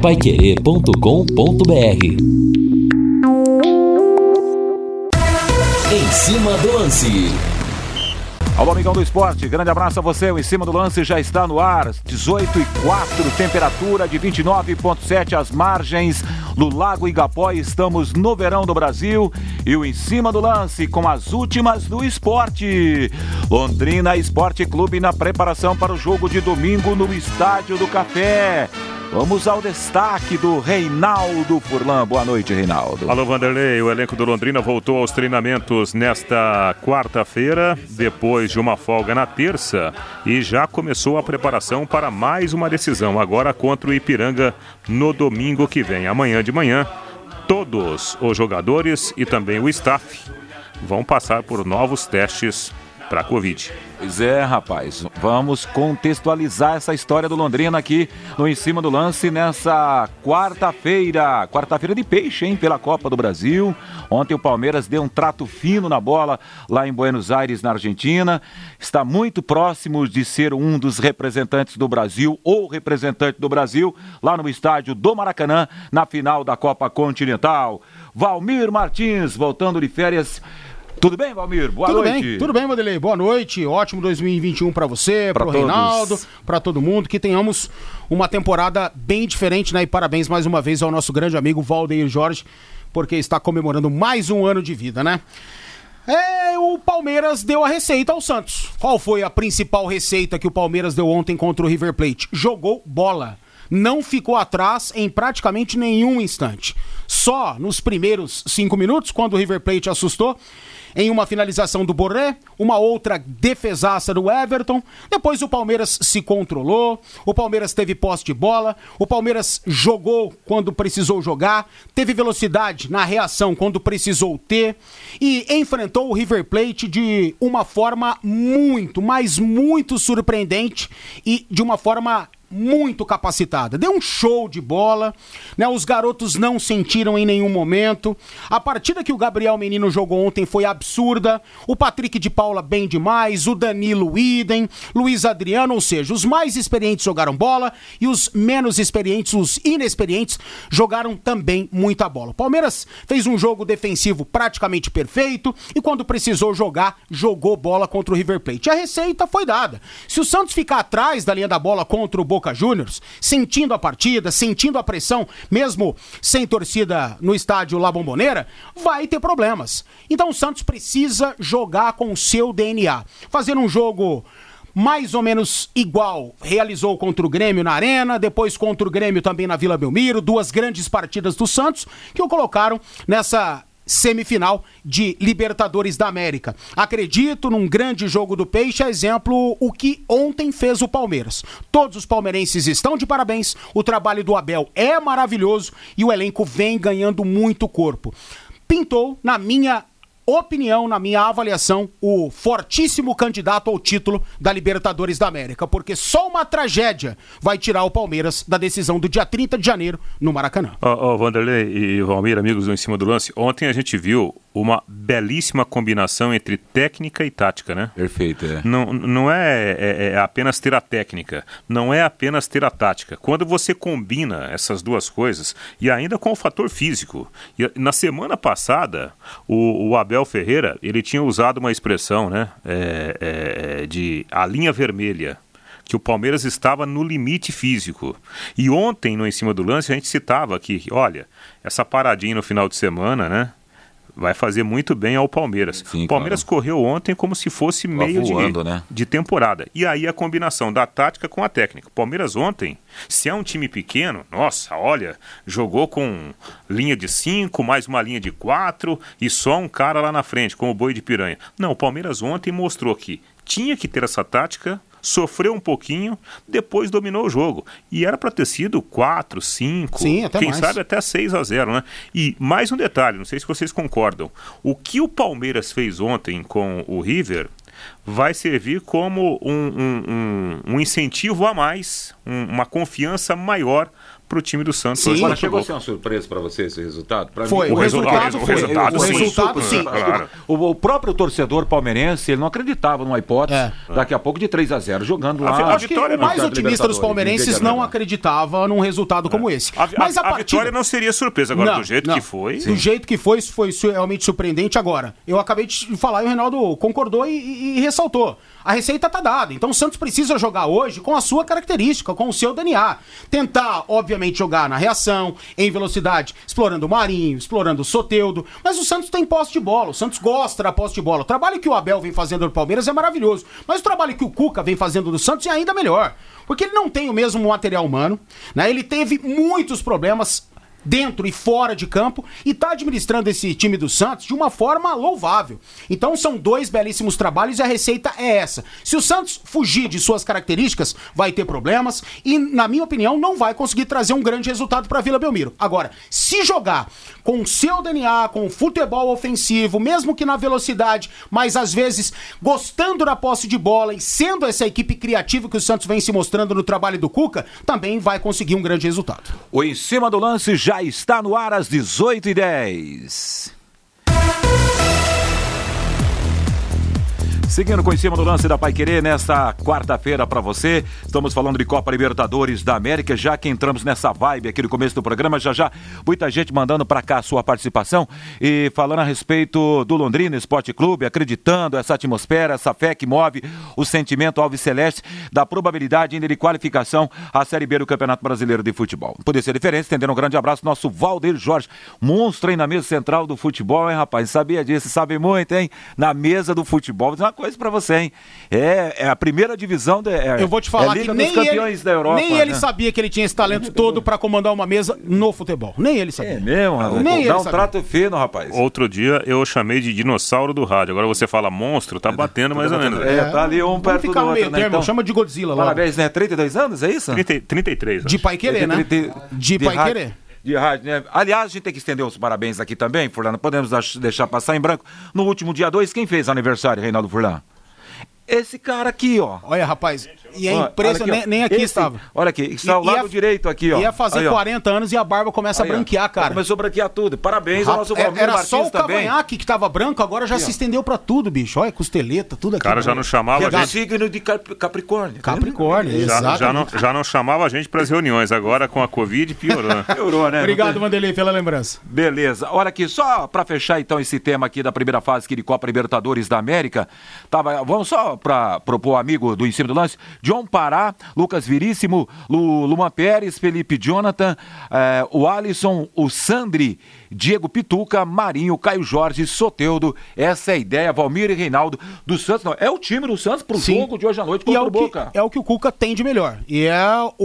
paiquerê.com.br. Em cima do lance. Alô, amigão do esporte, grande abraço a você. O Em Cima do Lance já está no ar. 18:04, temperatura de 29,7 às margens do Lago Igapó. Estamos no verão do Brasil e o Em Cima do Lance com as últimas do esporte. Londrina Esporte Clube na preparação para o jogo de domingo no Estádio do Café. Vamos ao destaque do Reinaldo Furlan. Boa noite, Reinaldo. Alô, Vanderlei. O elenco do Londrina voltou aos treinamentos nesta quarta-feira, depois de uma folga na terça, e já começou a preparação para mais uma decisão, agora contra o Ipiranga no domingo que vem. Amanhã de manhã, todos os jogadores e também o staff vão passar por novos testes para a Covid. Pois é, rapaz, vamos contextualizar essa história do Londrina aqui no Em Cima do Lance nessa quarta-feira de peixe, hein, pela Copa do Brasil. Ontem o Palmeiras deu um trato fino na bola lá em Buenos Aires, na Argentina. Está muito próximo de ser um dos representantes do Brasil ou representante do Brasil lá no estádio do Maracanã na final da Copa Continental. Valmir Martins, voltando de férias. Tudo bem, Valmir? Boa noite. Tudo bem, Vanderlei. Boa noite. Ótimo 2021 para você, para o Reinaldo, para todo mundo. Que tenhamos uma temporada bem diferente, né? E parabéns mais uma vez ao nosso grande amigo Valdeir Jorge, porque está comemorando mais um ano de vida, né? O Palmeiras deu a receita ao Santos. Qual foi a principal receita que o Palmeiras deu ontem contra o River Plate? Jogou bola. Não ficou atrás em praticamente nenhum instante. Só nos primeiros 5 minutos, quando o River Plate assustou, em uma finalização do Borré, uma outra defesaça do Everton. Depois o Palmeiras se controlou, o Palmeiras teve posse de bola, o Palmeiras jogou quando precisou jogar, teve velocidade na reação quando precisou ter e enfrentou o River Plate de uma forma muito, mas muito surpreendente e de uma forma muito capacitada. Deu um show de bola, né? Os garotos não sentiram em nenhum momento. A partida que o Gabriel Menino jogou ontem foi absurda. O Patrick de Paula bem demais, o Danilo idem, Luiz Adriano, ou seja, os mais experientes jogaram bola e os menos experientes, os inexperientes, jogaram também muita bola. O Palmeiras fez um jogo defensivo praticamente perfeito e quando precisou jogar, jogou bola contra o River Plate. A receita foi dada. Se o Santos ficar atrás da linha da bola contra o Boca Juniors, sentindo a partida, sentindo a pressão, mesmo sem torcida no estádio La Bombonera, vai ter problemas. Então o Santos precisa jogar com o seu DNA. Fazer um jogo mais ou menos igual realizou contra o Grêmio na Arena, depois contra o Grêmio também na Vila Belmiro, 2 grandes partidas do Santos que o colocaram nessa semifinal de Libertadores da América. Acredito num grande jogo do Peixe, a exemplo o que ontem fez o Palmeiras. Todos os palmeirenses estão de parabéns, o trabalho do Abel é maravilhoso e o elenco vem ganhando muito corpo. Pintou, na minha opinião, na minha avaliação, o fortíssimo candidato ao título da Libertadores da América, porque só uma tragédia vai tirar o Palmeiras da decisão do dia 30 de janeiro no Maracanã. Vanderlei e Valmir, amigos do Em Cima do Lance, ontem a gente viu uma belíssima combinação entre técnica e tática, né? Perfeito, é. Não é apenas ter a técnica, não é apenas ter a tática. Quando você combina essas duas coisas, e ainda com o fator físico. E na semana passada, o Abel Ferreira, ele tinha usado uma expressão, né? De a linha vermelha, que o Palmeiras estava no limite físico. E ontem, no Em Cima do Lance, a gente citava que, olha, essa paradinha no final de semana, né? Vai fazer muito bem ao Palmeiras. Sim, o Palmeiras correu ontem como se fosse meio de temporada. E aí a combinação da tática com a técnica. O Palmeiras ontem, se é um time pequeno, nossa, olha, jogou com linha de 5, mais uma linha de 4 e só um cara lá na frente, com o boi de piranha. Não, o Palmeiras ontem mostrou que tinha que ter essa tática, sofreu um pouquinho, depois dominou o jogo. E era para ter sido 4, 5, quem sabe até 6-0, né? E mais um detalhe, não sei se vocês concordam. O que o Palmeiras fez ontem com o River vai servir como um incentivo a mais, uma confiança maior para o time do Santos. Sim, agora chegou a ser uma surpresa para você esse resultado? Pra foi, mim, o resultado sim. Claro. O próprio torcedor palmeirense, ele não acreditava numa hipótese, daqui a pouco de 3-0, jogando lá. Acho que o mais otimista dos palmeirenses não acreditava num resultado como esse. Mas a vitória não seria surpresa, agora do jeito que foi. Do jeito que foi realmente surpreendente. Agora, eu acabei de falar e o Reinaldo concordou e ressaltou. A receita tá dada, então o Santos precisa jogar hoje com a sua característica, com o seu DNA. Tentar, obviamente, jogar na reação, em velocidade, explorando o Marinho, explorando o Soteldo, mas o Santos tem posse de bola, o Santos gosta da posse de bola. O trabalho que o Abel vem fazendo no Palmeiras é maravilhoso, mas o trabalho que o Cuca vem fazendo no Santos é ainda melhor, porque ele não tem o mesmo material humano, né? Ele teve muitos problemas dentro e fora de campo, e está administrando esse time do Santos de uma forma louvável. Então são 2 belíssimos trabalhos e a receita é essa. Se o Santos fugir de suas características, vai ter problemas e, na minha opinião, não vai conseguir trazer um grande resultado para a Vila Belmiro. Agora, se jogar com o seu DNA, com o futebol ofensivo, mesmo que na velocidade, mas às vezes gostando da posse de bola e sendo essa equipe criativa que o Santos vem se mostrando no trabalho do Cuca, também vai conseguir um grande resultado. O Em Cima do Lance já está no ar às 18h10. Seguindo com Em Cima do Lance da Paiquerê, nesta quarta-feira para você, estamos falando de Copa Libertadores da América, já que entramos nessa vibe aqui no começo do programa, já muita gente mandando para cá a sua participação e falando a respeito do Londrina Esporte Clube, acreditando essa atmosfera, essa fé que move o sentimento alviceleste da probabilidade ainda de qualificação à Série B do Campeonato Brasileiro de Futebol. Poder ser diferente, estendendo um grande abraço nosso Valdeir Jorge, monstro aí na mesa central do futebol, hein, rapaz? Sabia disso, sabe muito, hein? Na mesa do futebol, vou dizer uma coisa pra você, hein? É a primeira divisão eu vou te falar que nem campeões da Europa, nem ele sabia que ele tinha esse talento todo pra comandar uma mesa no futebol. Nem ele sabia. É mesmo, rapaz? Nem Dá um trato fino, rapaz. Outro dia eu chamei de dinossauro do rádio. Agora você fala monstro, tá batendo mais ou menos. Tá ali um perto do outro, né? Então, chama de Godzilla lá. Parabéns, né? 32 anos, é isso? 33. De Paiquerê, né? De Paiquerê. De rádio, né? Aliás, a gente tem que estender os parabéns aqui também, Furlan. Podemos deixar passar em branco. No último dia 2, quem fez aniversário, Reinaldo Furlan? Esse cara aqui, ó. Olha, rapaz, e a empresa aqui, nem aqui estava. Olha aqui, está ao lado direito aqui, ó. Ia fazer aí, 40 anos e a barba começa a branquear, cara. Começou a branquear tudo. Parabéns ao nosso Valmir Era Martins só o também. cavanhaque que tava branco, agora já se estendeu pra tudo, bicho. Olha, costeleta, tudo aqui. O cara já não chamava a gente... signo de Capricórnio. Capricórnio, exato. Já não chamava a gente pras reuniões, agora com a Covid piorou. Piorou, né? Obrigado, Vanderlei, pela lembrança. Beleza. Olha aqui, só pra fechar então esse tema aqui da primeira fase aqui de Copa Libertadores da América, vamos só pra propor amigo do Em Cima do Lance, John Pará, Lucas Veríssimo, Luan Pérez, Felipe Jonathan, o Alisson, o Sandri, Diego Pituca, Marinho, Caio Jorge, Soteldo. Essa é a ideia, Valmir e Reinaldo do Santos. Não, é o time do Santos pro jogo de hoje à noite contra o Boca. É o que o Cuca tem de melhor. E é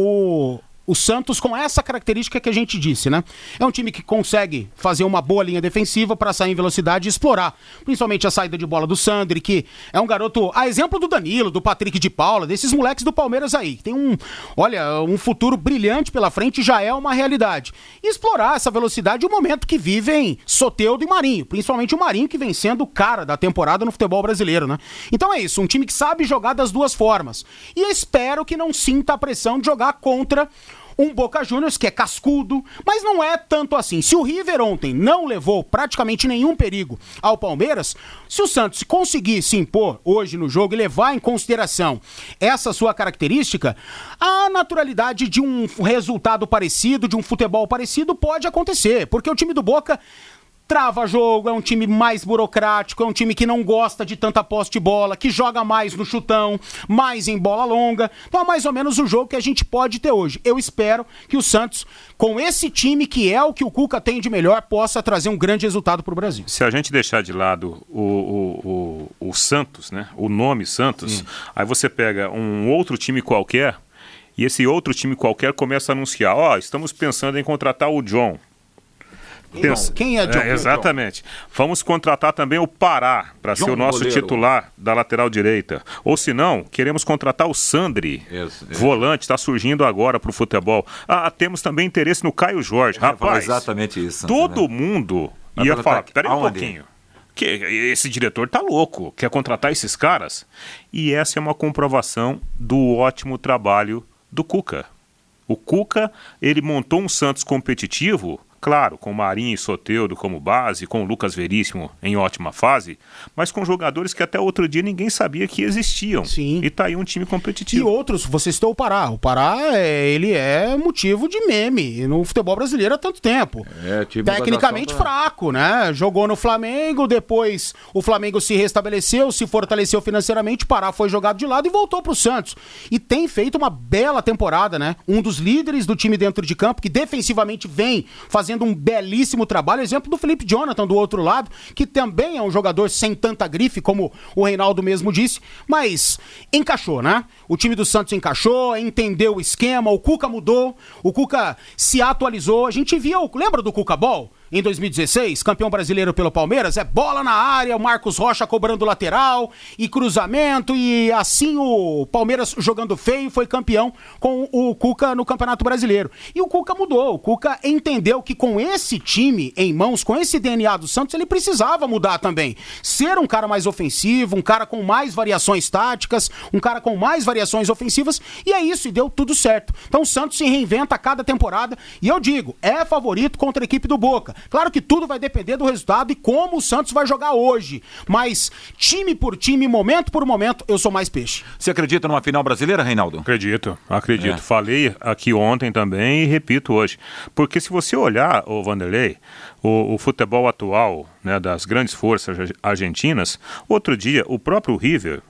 o Santos com essa característica que a gente disse, né? É um time que consegue fazer uma boa linha defensiva para sair em velocidade e explorar, principalmente a saída de bola do Sandri, que é um garoto, a exemplo do Danilo, do Patrick de Paula, desses moleques do Palmeiras aí, que tem um futuro brilhante pela frente, já é uma realidade. E explorar essa velocidade, o momento que vivem Soteldo e Marinho, principalmente o Marinho, que vem sendo o cara da temporada no futebol brasileiro, né? Então é isso, um time que sabe jogar das duas formas. E espero que não sinta a pressão de jogar contra um Boca Juniors que é cascudo, mas não é tanto assim. Se o River ontem não levou praticamente nenhum perigo ao Palmeiras, se o Santos conseguir se impor hoje no jogo e levar em consideração essa sua característica, a naturalidade de um resultado parecido, de um futebol parecido pode acontecer, porque o time do Boca trava jogo, é um time mais burocrático, é um time que não gosta de tanta posse de bola, que joga mais no chutão, mais em bola longa. Então é mais ou menos o jogo que a gente pode ter hoje. Eu espero que o Santos, com esse time que é o que o Cuca tem de melhor, possa trazer um grande resultado para o Brasil. Se a gente deixar de lado o Santos, né? O nome Santos, aí você pega um outro time qualquer e esse outro time qualquer começa a anunciar, estamos pensando em contratar o John. Quem é John? Exatamente. Vamos contratar também o Pará para ser o nosso goleiro, titular da lateral direita. Ou se não, queremos contratar o Sandri, volante, está surgindo agora para o futebol. Temos também interesse no Caio Jorge. Rapaz, exatamente isso. Todo mundo ia falar, peraí um pouquinho. que esse diretor tá louco, quer contratar esses caras. E essa é uma comprovação do ótimo trabalho do Cuca. O Cuca, ele montou um Santos competitivo, claro, com Marinho e Soteldo como base, com o Lucas Veríssimo em ótima fase, mas com jogadores que até outro dia ninguém sabia que existiam. Sim. E tá aí um time competitivo. E outros, você citou o Pará. O Pará, ele é motivo de meme no futebol brasileiro há tanto tempo. Tecnicamente fraco, né? Jogou no Flamengo, depois o Flamengo se restabeleceu, se fortaleceu financeiramente, o Pará foi jogado de lado e voltou pro Santos. E tem feito uma bela temporada, né? Um dos líderes do time dentro de campo, que defensivamente vem fazendo um belíssimo trabalho, exemplo do Felipe Jonathan do outro lado, que também é um jogador sem tanta grife, como o Reinaldo mesmo disse, mas encaixou, né? O time do Santos encaixou, entendeu o esquema, o Cuca mudou, o Cuca se atualizou, a gente via, lembra do Cuca Ball? Em 2016, campeão brasileiro pelo Palmeiras, bola na área, o Marcos Rocha cobrando lateral e cruzamento, e assim o Palmeiras jogando feio foi campeão com o Cuca no Campeonato Brasileiro. E o Cuca mudou, o Cuca entendeu que com esse time em mãos, com esse DNA do Santos, ele precisava mudar também. Ser um cara mais ofensivo, um cara com mais variações táticas, um cara com mais variações ofensivas, e é isso, e deu tudo certo. Então o Santos se reinventa a cada temporada, e eu digo, é favorito contra a equipe do Boca. Claro que tudo vai depender do resultado e como o Santos vai jogar hoje. Mas time por time, momento por momento, eu sou mais peixe. Você acredita numa final brasileira, Reinaldo? Acredito. Falei aqui ontem também e repito hoje. Porque se você olhar, o Vanderlei, o futebol atual, né, das grandes forças argentinas, outro dia, o próprio River,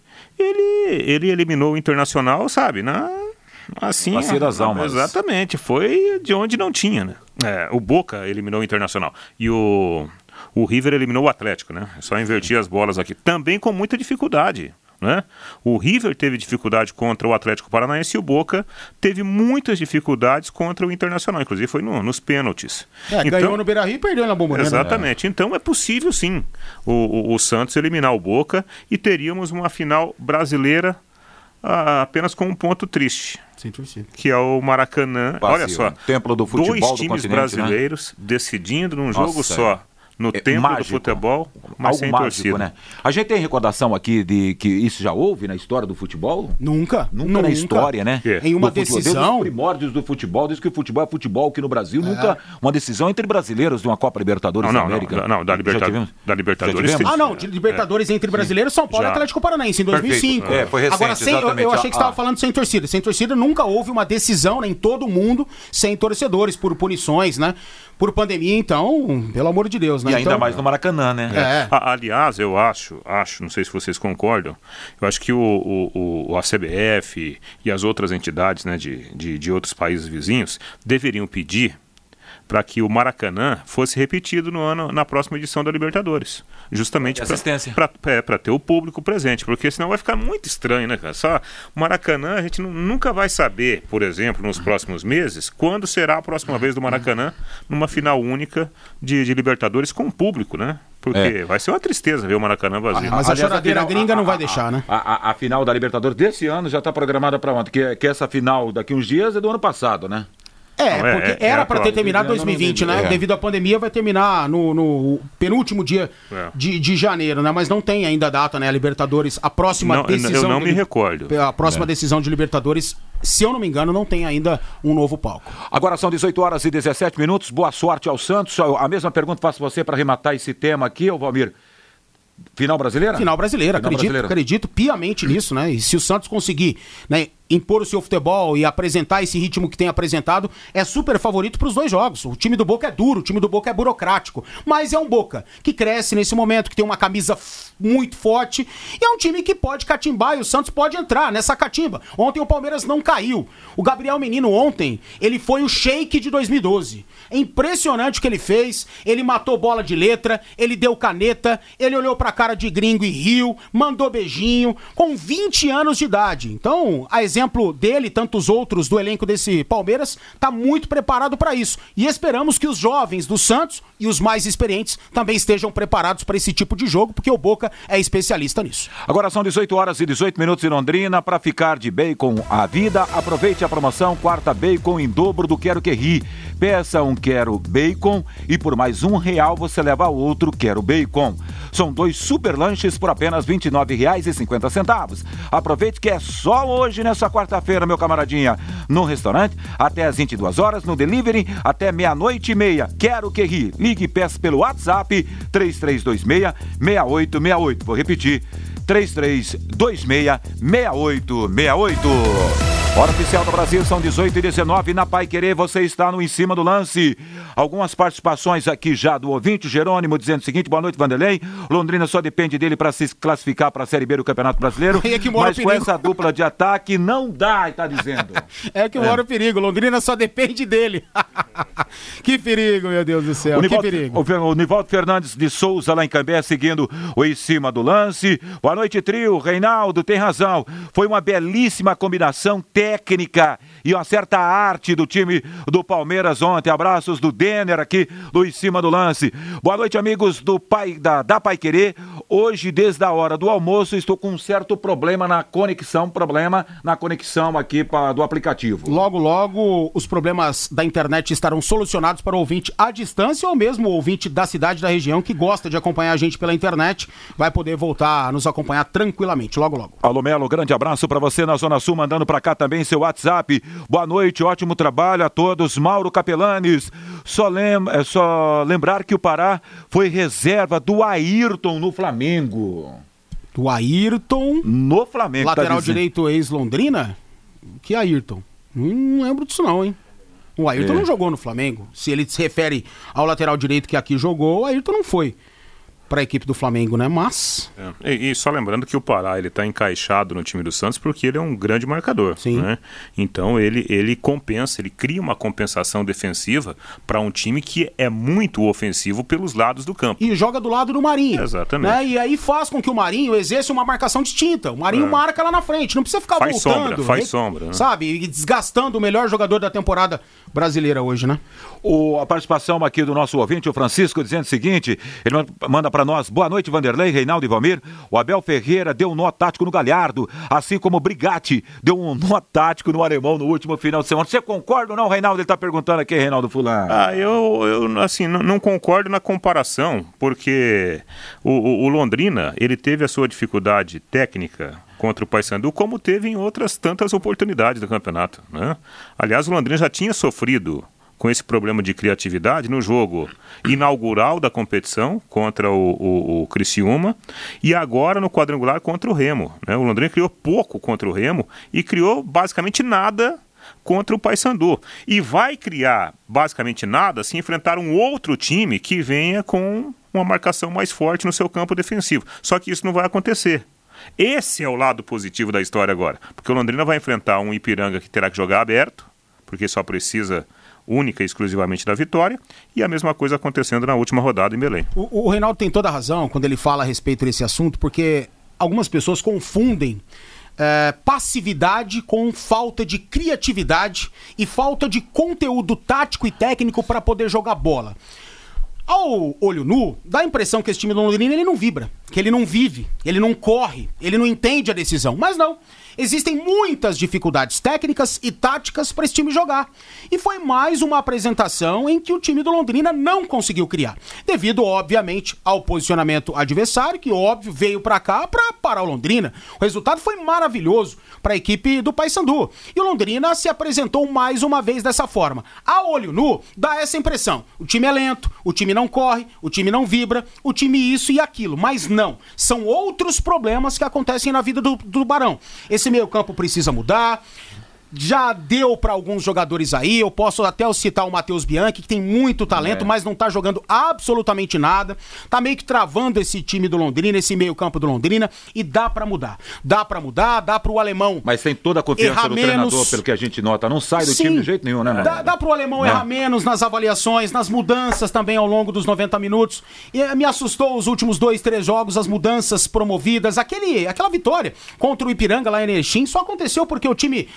ele eliminou o Internacional, sabe, assim, Bacia das almas. Exatamente, foi de onde não tinha, né? O Boca eliminou o Internacional e o River eliminou o Atlético, né? É só invertir as bolas aqui, também com muita dificuldade, né? O River teve dificuldade contra o Atlético Paranaense e o Boca teve muitas dificuldades contra o Internacional, inclusive foi nos pênaltis. Então, ganhou no Beira-Rio e perdeu na Bombonera. Exatamente, então é possível sim o Santos eliminar o Boca e teríamos uma final brasileira apenas com um ponto triste, que é o Maracanã. Olha só, templo do futebol, dois times brasileiros, né, decidindo num jogo só. No templo mágico, do futebol, mas sem torcida. Né? A gente tem recordação aqui de que isso já houve na história do futebol? Nunca na história, né? Em uma decisão. Desde os primórdios do futebol, desde que o futebol é futebol aqui no Brasil, nunca uma decisão entre brasileiros de uma Copa Libertadores da América. Não, da Libertadores. De Libertadores entre brasileiros, São Paulo e Atlético Paranaense, em 2005. Foi recente, agora, eu achei que você estava falando sem torcida. Sem torcida nunca houve uma decisão, né, em todo o mundo, sem torcedores, por punições, né? Por pandemia, então, pelo amor de Deus, né? E ainda mais no Maracanã, né? Aliás, eu acho, não sei se vocês concordam, eu acho que a CBF e as outras entidades, né, de outros países vizinhos deveriam pedir para que o Maracanã fosse repetido na próxima edição da Libertadores. Justamente para ter o público presente, porque senão vai ficar muito estranho, né, cara? Só o Maracanã, a gente nunca vai saber, por exemplo, nos próximos meses, quando será a próxima vez do Maracanã numa final única de Libertadores com o público, né? Porque vai ser uma tristeza ver o Maracanã vazio. Mas a choradeira gringa não vai deixar, né? A final da Libertadores desse ano já está programada para ontem, que essa final daqui uns dias é do ano passado, né? Porque era para ter terminado em 2020, né? Devido à pandemia, vai terminar no penúltimo dia de janeiro, né? Mas não tem ainda a data, né? A Libertadores, a próxima decisão... Eu não me recordo. A próxima decisão de Libertadores, se eu não me engano, não tem ainda um novo palco. Agora são 18 horas e 17 minutos. Boa sorte ao Santos. A mesma pergunta faço você para arrematar esse tema aqui, Valmir. Final brasileira? Final brasileira, acredito piamente nisso, né? E se o Santos conseguir, né, impor o seu futebol e apresentar esse ritmo que tem apresentado, é super favorito para os dois jogos. O time do Boca é duro, o time do Boca é burocrático, mas é um Boca que cresce nesse momento, que tem uma camisa muito forte, e é um time que pode catimbar, e o Santos pode entrar nessa catimba. Ontem o Palmeiras não caiu. O Gabriel Menino ontem, ele foi o Sheik de 2012. É impressionante o que ele fez, ele matou bola de letra, ele deu caneta, ele olhou pra cara de gringo e riu, mandou beijinho, com 20 anos de idade. Então, a exemplo dele e tantos outros do elenco desse Palmeiras, tá muito preparado para isso. E esperamos que os jovens do Santos e os mais experientes também estejam preparados para esse tipo de jogo, porque o Boca é especialista nisso. Agora são 18 horas e 18 minutos em Londrina. Para ficar de bacon a vida, aproveite a promoção Quarta Bacon em dobro do Quero Que Ri. peça um Quero Bacon e por mais R$1 você leva outro Quero Bacon. São 2 super lanches por apenas R$ 29,50. Aproveite que é só hoje, nessa quarta-feira, meu camaradinha. No restaurante, até às 22 horas, no delivery, até 00:30. Quero que ri. Ligue e peça pelo WhatsApp 3326-6868. Vou repetir, 3326-6868. Hora oficial do Brasil, são 18h19 na Paiquerê, você está no Em Cima do Lance. Algumas participações aqui já do ouvinte, Jerônimo, dizendo o seguinte: boa noite, Vanderlei. Londrina só depende dele para se classificar para a Série B do Campeonato Brasileiro, mas com essa dupla de ataque não dá, está dizendo. É que mora o perigo, Londrina só depende dele. Que perigo, meu Deus do céu, que perigo. O Nivaldo Fernandes de Souza, lá em Cambé, seguindo o Em Cima do Lance. Boa noite, trio. Reinaldo tem razão, foi uma belíssima combinação técnica e uma certa arte do time do Palmeiras ontem. Abraços do Denner aqui do Em Cima do Lance. Boa noite, amigos da Paiquerê. Hoje, desde a hora do almoço, estou com um certo problema na conexão aqui do aplicativo. Logo, logo, os problemas da internet estarão solucionados para o ouvinte à distância ou mesmo o ouvinte da cidade, da região, que gosta de acompanhar a gente pela internet, vai poder voltar a nos acompanhar tranquilamente, logo, logo. Alô, Melo, grande abraço para você na Zona Sul, mandando para cá também seu WhatsApp. Boa noite, ótimo trabalho a todos. Mauro Capelanes, só lembrar que o Pará foi reserva do Ayrton no Flamengo. Do Ayrton? No Flamengo. Lateral direito ex-Londrina? Que Ayrton? Não lembro disso não, hein? O Ayrton não jogou no Flamengo. Se ele se refere ao lateral direito que aqui jogou, o Ayrton não foi para a equipe do Flamengo, né? Mas... E só lembrando que o Pará, ele tá encaixado no time do Santos porque ele é um grande marcador. Sim. Né? Então ele compensa, ele cria uma compensação defensiva para um time que é muito ofensivo pelos lados do campo. E joga do lado do Marinho. Exatamente. Né? E aí faz com que o Marinho exerça uma marcação distinta. O Marinho marca lá na frente, não precisa ficar voltando. Faz sombra. Né? Sabe? E desgastando o melhor jogador da temporada brasileira hoje, né? A participação aqui do nosso ouvinte, o Francisco, dizendo o seguinte, ele manda para nós: boa noite, Vanderlei, Reinaldo e Valmir. O Abel Ferreira deu um nó tático no Galhardo, assim como o Brigatti deu um nó tático no Alemão no último final de semana. Você concorda ou não, Reinaldo? Ele tá perguntando aqui, Reinaldo Fulano. Eu assim, não concordo na comparação, porque o Londrina, ele teve a sua dificuldade técnica contra o Paysandu, como teve em outras tantas oportunidades do campeonato, né? Aliás, o Londrina já tinha sofrido com esse problema de criatividade no jogo inaugural da competição contra o Criciúma e agora no quadrangular contra o Remo, né? O Londrina criou pouco contra o Remo e criou basicamente nada contra o Paysandu. E vai criar basicamente nada se enfrentar um outro time que venha com uma marcação mais forte no seu campo defensivo. Só que isso não vai acontecer. Esse é o lado positivo da história agora, porque o Londrina vai enfrentar um Ipiranga que terá que jogar aberto, porque só precisa única e exclusivamente da vitória, e a mesma coisa acontecendo na última rodada em Belém. O Reinaldo tem toda a razão quando ele fala a respeito desse assunto, porque algumas pessoas confundem passividade com falta de criatividade e falta de conteúdo tático e técnico para poder jogar bola. Ao olho nu, dá a impressão que esse time do Londrina ele não vibra, que ele não vive, ele não corre, ele não entende a decisão. Mas não, existem muitas dificuldades técnicas e táticas para esse time jogar. E foi mais uma apresentação em que o time do Londrina não conseguiu criar. Devido, obviamente, ao posicionamento adversário, que, óbvio, veio para cá para parar o Londrina. O resultado foi maravilhoso para a equipe do Paysandu. E o Londrina se apresentou mais uma vez dessa forma. A olho nu, dá essa impressão. O time é lento, o time não corre, o time não vibra, o time isso e aquilo. Mas não, são outros problemas que acontecem na vida do Barão. Esse meio campo precisa mudar. Já deu para alguns jogadores aí, eu posso até citar o Matheus Bianchi, que tem muito talento, mas não tá jogando absolutamente nada, tá meio que travando esse time do Londrina, esse meio campo do Londrina, e dá para mudar, dá pro alemão. Mas tem toda a confiança do treinador, pelo que a gente nota, não sai do time de jeito nenhum, né? Dá pro alemão errar menos nas avaliações, nas mudanças também ao longo dos 90 minutos, e me assustou os últimos 2-3 jogos, as mudanças promovidas, aquela vitória contra o Ipiranga lá em Erechim, só aconteceu porque o time da casa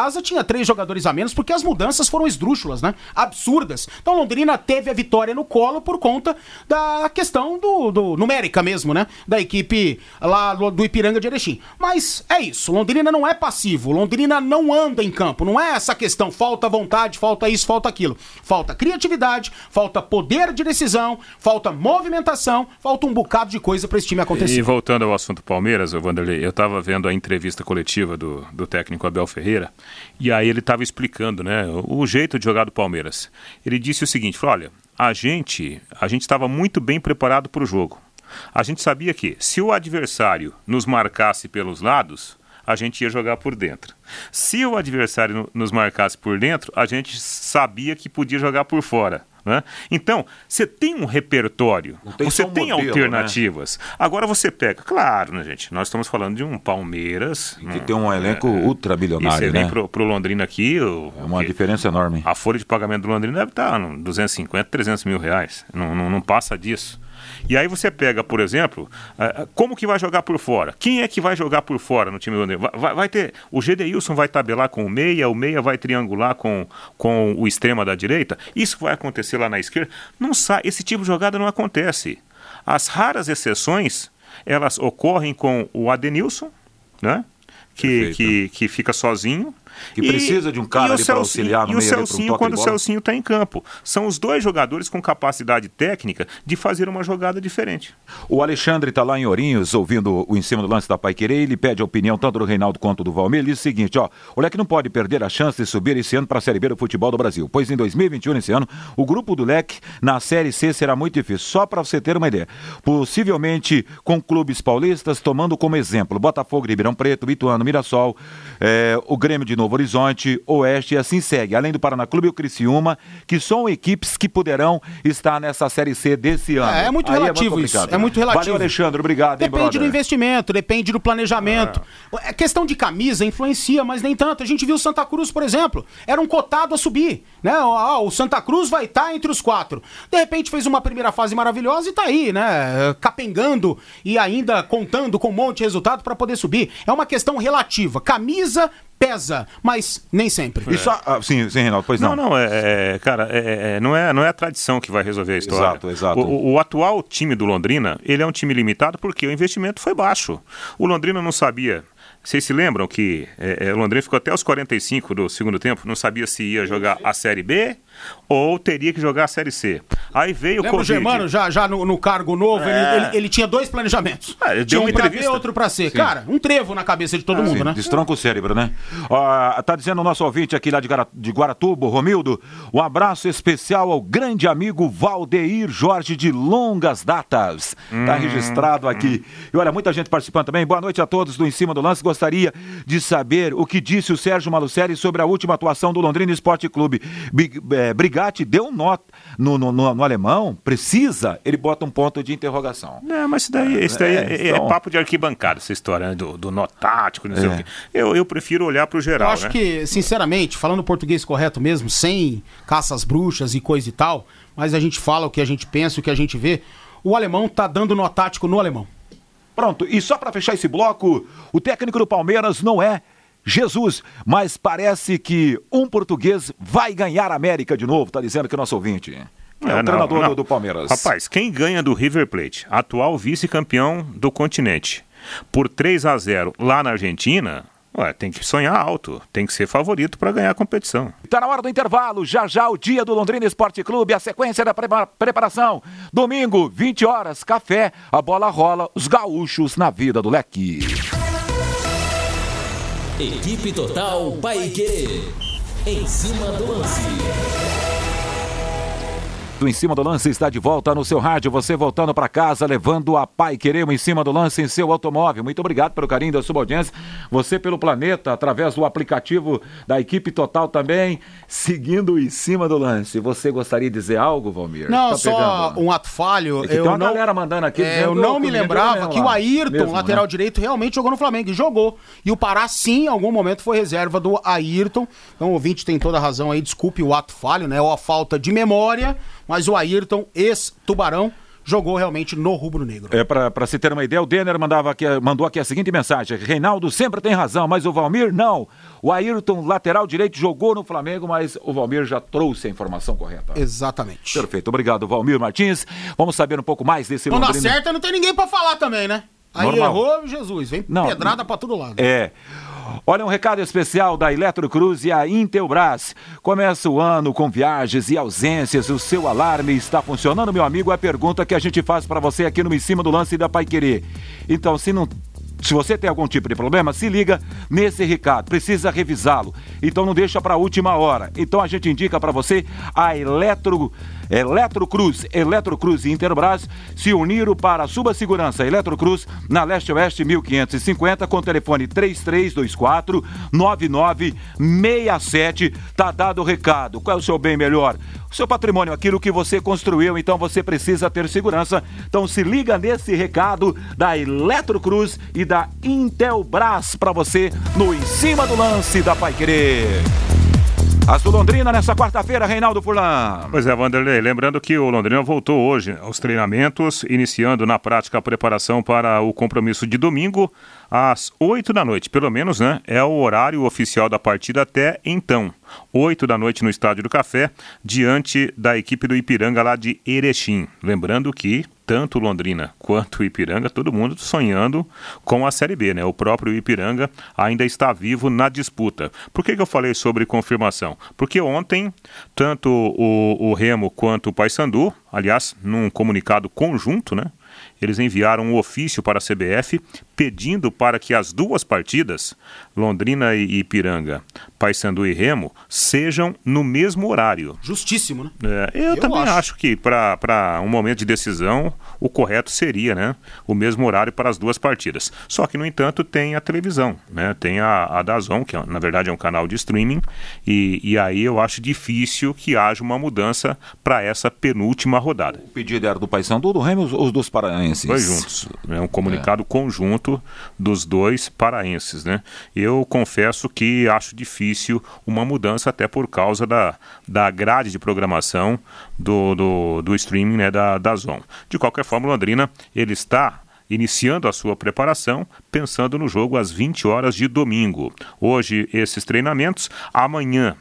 casa tinha 3 jogadores a menos, porque as mudanças foram esdrúxulas, né? Absurdas. Então Londrina teve a vitória no colo por conta da questão do numérica mesmo, né? Da equipe lá do Ipiranga de Erechim. Mas é isso, Londrina não é passivo, Londrina não anda em campo, não é essa questão, falta vontade, falta isso, falta aquilo. Falta criatividade, falta poder de decisão, falta movimentação, falta um bocado de coisa para esse time acontecer. E voltando ao assunto Palmeiras, Vanderlei, eu estava vendo a entrevista coletiva do técnico Abel Ferreira, e aí ele estava explicando, né, o jeito de jogar do Palmeiras. Ele disse o seguinte, falou, olha, a gente estava muito bem preparado para o jogo. A gente sabia que se o adversário nos marcasse pelos lados, a gente ia jogar por dentro. Se o adversário nos marcasse por dentro, a gente sabia que podia jogar por fora. Né? Então, você tem um repertório, você tem modelo, alternativas. Né? Agora você pega, claro, né, gente? Nós estamos falando de um Palmeiras que tem um elenco ultrabilionário. E você vem pro Londrina aqui. É uma diferença enorme. A folha de pagamento do Londrina deve estar nos 250, 300 mil reais. Não passa disso. E aí você pega, por exemplo, como que vai jogar por fora? Quem é que vai jogar por fora no time do Londrina? Vai ter, o Gedeilson vai tabelar com o meia vai triangular com o extrema da direita? Isso vai acontecer lá na esquerda? Não sai, esse tipo de jogada não acontece. As raras exceções, elas ocorrem com o Adenilson, né? Que fica sozinho. Que precisa de um cara ali para auxiliar no meio. E o Celcinho, quando o Celcinho está em campo. São os dois jogadores com capacidade técnica de fazer uma jogada diferente. O Alexandre está lá em Ourinhos, ouvindo o Em Cima do Lance da Paiquerê. Ele pede a opinião tanto do Reinaldo quanto do Valmir. Ele diz o seguinte, ó, o Leque não pode perder a chance de subir esse ano para a Série B do futebol do Brasil, pois em 2021, esse ano, o grupo do Leque na Série C será muito difícil. Só para você ter uma ideia. Possivelmente com clubes paulistas, tomando como exemplo Botafogo de Ribeirão Preto, Ituano, Mirassol, o Grêmio de Novo Horizonte, Oeste e assim segue. Além do Paraná Clube e o Criciúma, que são equipes que poderão estar nessa Série C desse ano. É muito relativo isso. É muito relativo. Valeu, Alexandre. Obrigado, Depende do investimento, depende do planejamento. A questão de camisa influencia, mas nem tanto. A gente viu o Santa Cruz, por exemplo. Era um cotado a subir. Né? O Santa Cruz vai estar entre os 4. De repente fez uma primeira fase maravilhosa e está aí, né? Capengando e ainda contando com um monte de resultado para poder subir. É uma questão relativa. Camisa pesa, mas nem sempre. Sim, Reinaldo, pois não. Cara, não é a tradição que vai resolver a história. Exato. O atual time do Londrina, ele é um time limitado porque o investimento foi baixo. O Londrina não sabia. Vocês se lembram que o Londrina ficou até os 45 do segundo tempo, não sabia se ia jogar a Série B ou teria que jogar a Série C. Aí veio o Covid. O Germano, já no cargo novo, ele tinha 2 planejamentos. Tinha um pra B, outro pra C. Sim. Cara, um trevo na cabeça de todo mundo, né? Destronca o cérebro, né? Tá dizendo o nosso ouvinte aqui lá de Guaratuba, Romildo, um abraço especial ao grande amigo Valdeir Jorge de longas datas. Tá registrado aqui. E olha, muita gente participando também. Boa noite a todos do Em Cima do Lance. Gostaria de saber o que disse o Sérgio Malucelli sobre a última atuação do Londrina Esporte Clube. Brigatti deu nota no alemão, precisa, ele bota um ponto de interrogação. Não, mas isso daí é papo de arquibancada, essa história, né? do nó tático, não sei o quê. Eu prefiro olhar pro geral, eu acho que, sinceramente, falando português correto mesmo, sem caça às bruxas e coisa e tal, mas a gente fala o que a gente pensa, o que a gente vê, o alemão tá dando nó tático no alemão. Pronto, e só para fechar esse bloco, o técnico do Palmeiras não é Jesus, mas parece que um português vai ganhar a América de novo, tá dizendo que o nosso ouvinte. O treinador do Palmeiras. Rapaz, quem ganha do River Plate, atual vice-campeão do continente, por 3-0 lá na Argentina, tem que sonhar alto, tem que ser favorito para ganhar a competição. Tá na hora do intervalo, já o dia do Londrina Esporte Clube, a sequência da preparação. Domingo, 20 horas, café, a bola rola, os gaúchos na vida do Leque. Equipe Total Paiquerê. Em Cima do Lance. Em Cima do Lance está de volta no seu rádio, você voltando para casa, levando a Paiquerê Em Cima do Lance em seu automóvel. Muito obrigado pelo carinho da sua audiência, você pelo planeta, através do aplicativo da Equipe Total também, seguindo Em Cima do Lance. Você gostaria de dizer algo, Valmir? Não, só um ato falho. Tem uma galera mandando aqui. Eu não me lembrava que o Ayrton, lateral direito, realmente jogou no Flamengo, e jogou. E o Pará, sim, em algum momento foi reserva do Ayrton. Então o ouvinte tem toda a razão aí, desculpe o ato falho, né, ou a falta de memória. Mas o Ayrton, ex-Tubarão, jogou realmente no rubro-negro. Para se ter uma ideia, o Denner mandou aqui a seguinte mensagem: Reinaldo sempre tem razão, mas o Valmir não. O Ayrton, lateral direito, jogou no Flamengo, mas o Valmir já trouxe a informação correta. Exatamente. Perfeito, obrigado, Valmir Martins. Vamos saber um pouco mais desse Londrina. Londrina. Não dá certo, não tem ninguém pra falar também, né? Aí normal. Errou, Jesus, vem pedrada pra todo lado. Olha, um recado especial da Eletrocruz e a Intelbras. Começa o ano com viagens e ausências. O seu alarme está funcionando, meu amigo? É a pergunta que a gente faz para você aqui no Em Cima do Lance da Paiquerê. Então, se você tem algum tipo de problema, se liga nesse recado, precisa revisá-lo. Então não deixa para a última hora. Então a gente indica para você a Eletrocruz e Interbras se uniram para a sua segurança. Eletrocruz na Leste-Oeste 1550 com telefone 3324-9967. Tá dado o recado. Qual é o seu bem melhor? O seu patrimônio, aquilo que você construiu, então você precisa ter segurança. Então se liga nesse recado da Eletrocruz e da Intelbras para você no Em Cima do Lance da Paiquerê. As do Londrina nessa quarta-feira, Reinaldo Furlan. Pois é, Vanderlei, lembrando que o Londrina voltou hoje aos treinamentos, iniciando na prática a preparação para o compromisso de domingo às 8 da noite, pelo menos, né? É o horário oficial da partida até então. 8 da noite no Estádio do Café, diante da equipe do Ipiranga lá de Erechim. Lembrando que tanto Londrina quanto o Ipiranga, todo mundo sonhando com a Série B, né? O próprio Ipiranga ainda está vivo na disputa. Por que eu falei sobre confirmação? Porque ontem, tanto o Remo quanto o Paysandu, aliás, num comunicado conjunto, né? Eles enviaram um ofício para a CBF pedindo para que as duas partidas, Londrina e Ipiranga, Paysandu e Remo, sejam no mesmo horário. Justíssimo, né? Eu também acho que para um momento de decisão, o correto seria, né, o mesmo horário para as duas partidas. Só que, no entanto, tem a televisão, né? Tem a DAZN, que na verdade é um canal de streaming, e aí eu acho difícil que haja uma mudança para essa penúltima rodada. O pedido era do Paysandu, do Remo ou dos paraenses? Dois juntos. É um comunicado conjunto dos dois paraenses, né? Eu confesso que acho difícil uma mudança, até por causa da grade de programação do streaming, né, da DAZN. De qualquer forma, o Londrina, ele está iniciando a sua preparação, pensando no jogo às 20 horas de domingo. Hoje, esses treinamentos. Amanhã,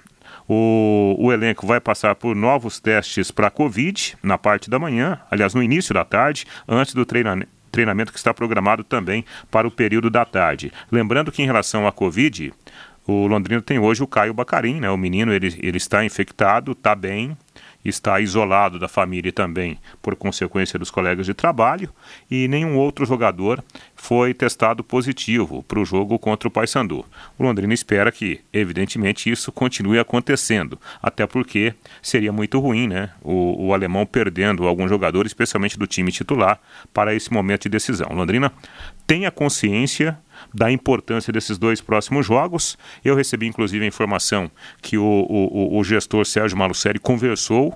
o elenco vai passar por novos testes para a Covid na parte da manhã, aliás, no início da tarde, antes do treinamento que está programado também para o período da tarde. Lembrando que, em relação à Covid, o Londrina tem hoje o Caio Bacarin, né? O menino, ele está infectado, está bem, está isolado da família também por consequência dos colegas de trabalho, e nenhum outro jogador foi testado positivo para o jogo contra o Paysandu. O Londrina espera que, evidentemente, isso continue acontecendo, até porque seria muito ruim, né? O alemão perdendo algum jogador, especialmente do time titular, para esse momento de decisão. O Londrina tem a consciência da importância desses dois próximos jogos. Eu recebi, inclusive, a informação que o gestor Sérgio Malucelli conversou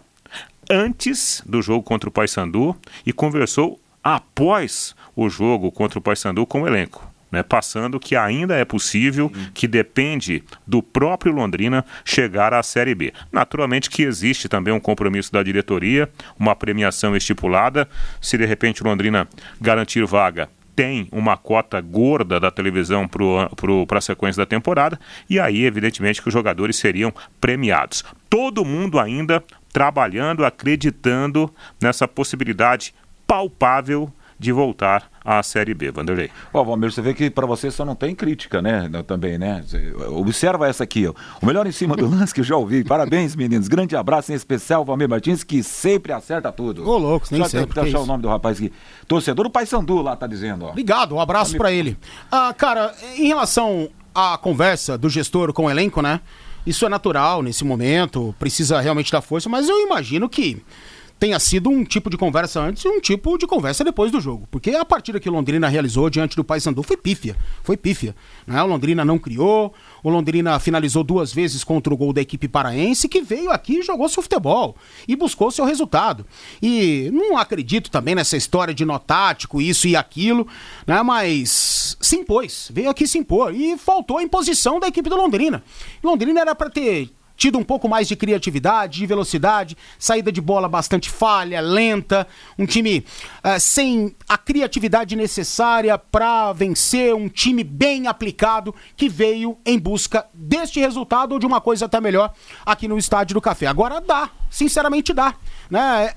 antes do jogo contra o Paysandu e conversou após o jogo contra o Paysandu com o elenco, né? Passando que ainda é possível, que depende do próprio Londrina chegar à Série B. Naturalmente que existe também um compromisso da diretoria, uma premiação estipulada. Se de repente o Londrina garantir vaga, tem uma cota gorda da televisão para a sequência da temporada, e aí, evidentemente, que os jogadores seriam premiados. Todo mundo ainda trabalhando, acreditando nessa possibilidade palpável de voltar à Série B, Vanderlei. Valmir, você vê que para você só não tem crítica, né? Também, né? Observa essa aqui, ó. O melhor em cima do lance que eu já ouvi. Parabéns, meninos. Grande abraço em especial, Valmir Martins, que sempre acerta tudo. Ô, louco, nem sempre. Deixa eu achar o nome do rapaz aqui. Torcedor do Paysandu lá, tá dizendo, ó. Obrigado, um abraço para ele. Cara, em relação à conversa do gestor com o elenco, né? Isso é natural nesse momento, precisa realmente dar força, mas eu imagino que tenha sido um tipo de conversa antes e um tipo de conversa depois do jogo. Porque a partida que o Londrina realizou diante do Paysandu foi pífia. Né? O Londrina não criou, o Londrina finalizou 2 vezes contra o gol da equipe paraense, que veio aqui e jogou seu futebol e buscou seu resultado. E não acredito também nessa história de nó tático, isso e aquilo, né? Mas se impôs, veio aqui se impor e faltou a imposição da equipe do Londrina. Londrina era para ter tido um pouco mais de criatividade, de velocidade, saída de bola bastante falha, lenta, um time sem a criatividade necessária para vencer, um time bem aplicado que veio em busca deste resultado ou de uma coisa até melhor aqui no Estádio do Café. Agora dá, sinceramente dá, né?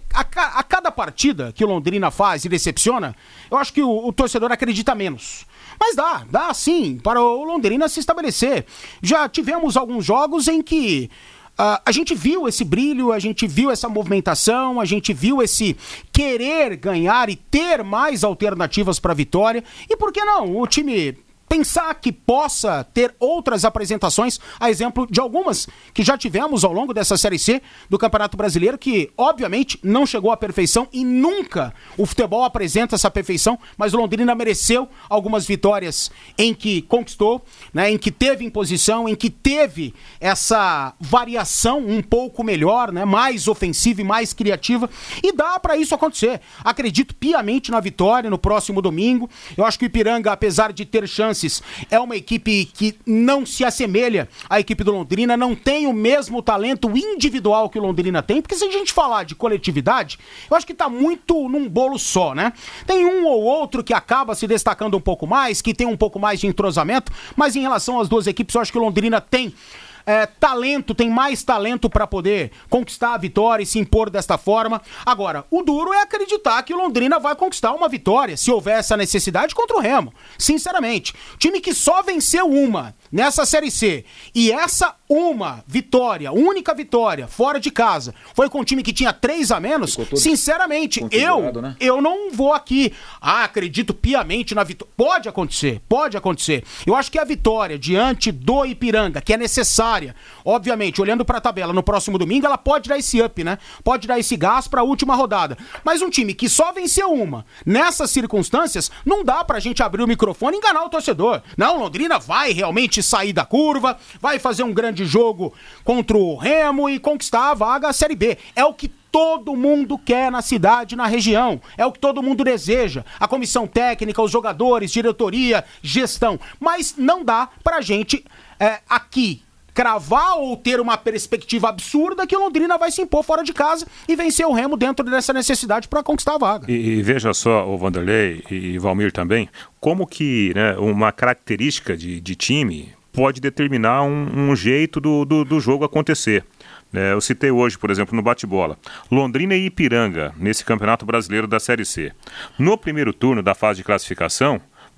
A cada partida que o Londrina faz e decepciona, eu acho que o torcedor acredita menos. Mas dá sim, para o Londrina se estabelecer. Já tivemos alguns jogos em que a gente viu esse brilho, a gente viu essa movimentação, a gente viu esse querer ganhar e ter mais alternativas para a vitória. E por que não? O time pensar que possa ter outras apresentações, a exemplo de algumas que já tivemos ao longo dessa Série C do Campeonato Brasileiro, que obviamente não chegou à perfeição e nunca o futebol apresenta essa perfeição, mas o Londrina mereceu algumas vitórias em que conquistou, né, em que teve imposição, em que teve essa variação um pouco melhor, né, mais ofensiva e mais criativa, e dá para isso acontecer. Acredito piamente na vitória no próximo domingo. Eu acho que o Ipiranga, apesar de ter chances, é uma equipe que não se assemelha à equipe do Londrina, não tem o mesmo talento individual que o Londrina tem, porque se a gente falar de coletividade, eu acho que tá muito num bolo só, né? Tem um ou outro que acaba se destacando um pouco mais, que tem um pouco mais de entrosamento, mas em relação às duas equipes, eu acho que o Londrina tem talento, tem mais talento para poder conquistar a vitória e se impor desta forma. Agora, o duro é acreditar que o Londrina vai conquistar uma vitória, se houver essa necessidade, contra o Remo. Sinceramente, time que só venceu uma nessa Série C, e essa uma vitória, única vitória, fora de casa, foi com um time que tinha 3 a menos, sinceramente, né? Eu não vou aqui, acredito piamente na vitória. Pode acontecer. Eu acho que a vitória diante do Ipiranga, que é necessária, obviamente, olhando pra tabela no próximo domingo, ela pode dar esse up, né? Pode dar esse gás pra última rodada. Mas um time que só venceu uma, nessas circunstâncias, não dá pra gente abrir o microfone e enganar o torcedor. Não, Londrina vai realmente sair da curva, vai fazer um grande jogo contra o Remo e conquistar a vaga à Série B. É o que todo mundo quer na cidade, na região. É o que todo mundo deseja. A comissão técnica, os jogadores, diretoria, gestão. Mas não dá pra gente aqui cravar ou ter uma perspectiva absurda que o Londrina vai se impor fora de casa e vencer o Remo dentro dessa necessidade para conquistar a vaga. E veja só, o Vanderlei e Valmir também, como que, né, uma característica de time pode determinar um jeito do jogo acontecer. Eu citei hoje, por exemplo, no bate-bola, Londrina e Ipiranga, nesse Campeonato Brasileiro da Série C. No primeiro turno da fase de classificação,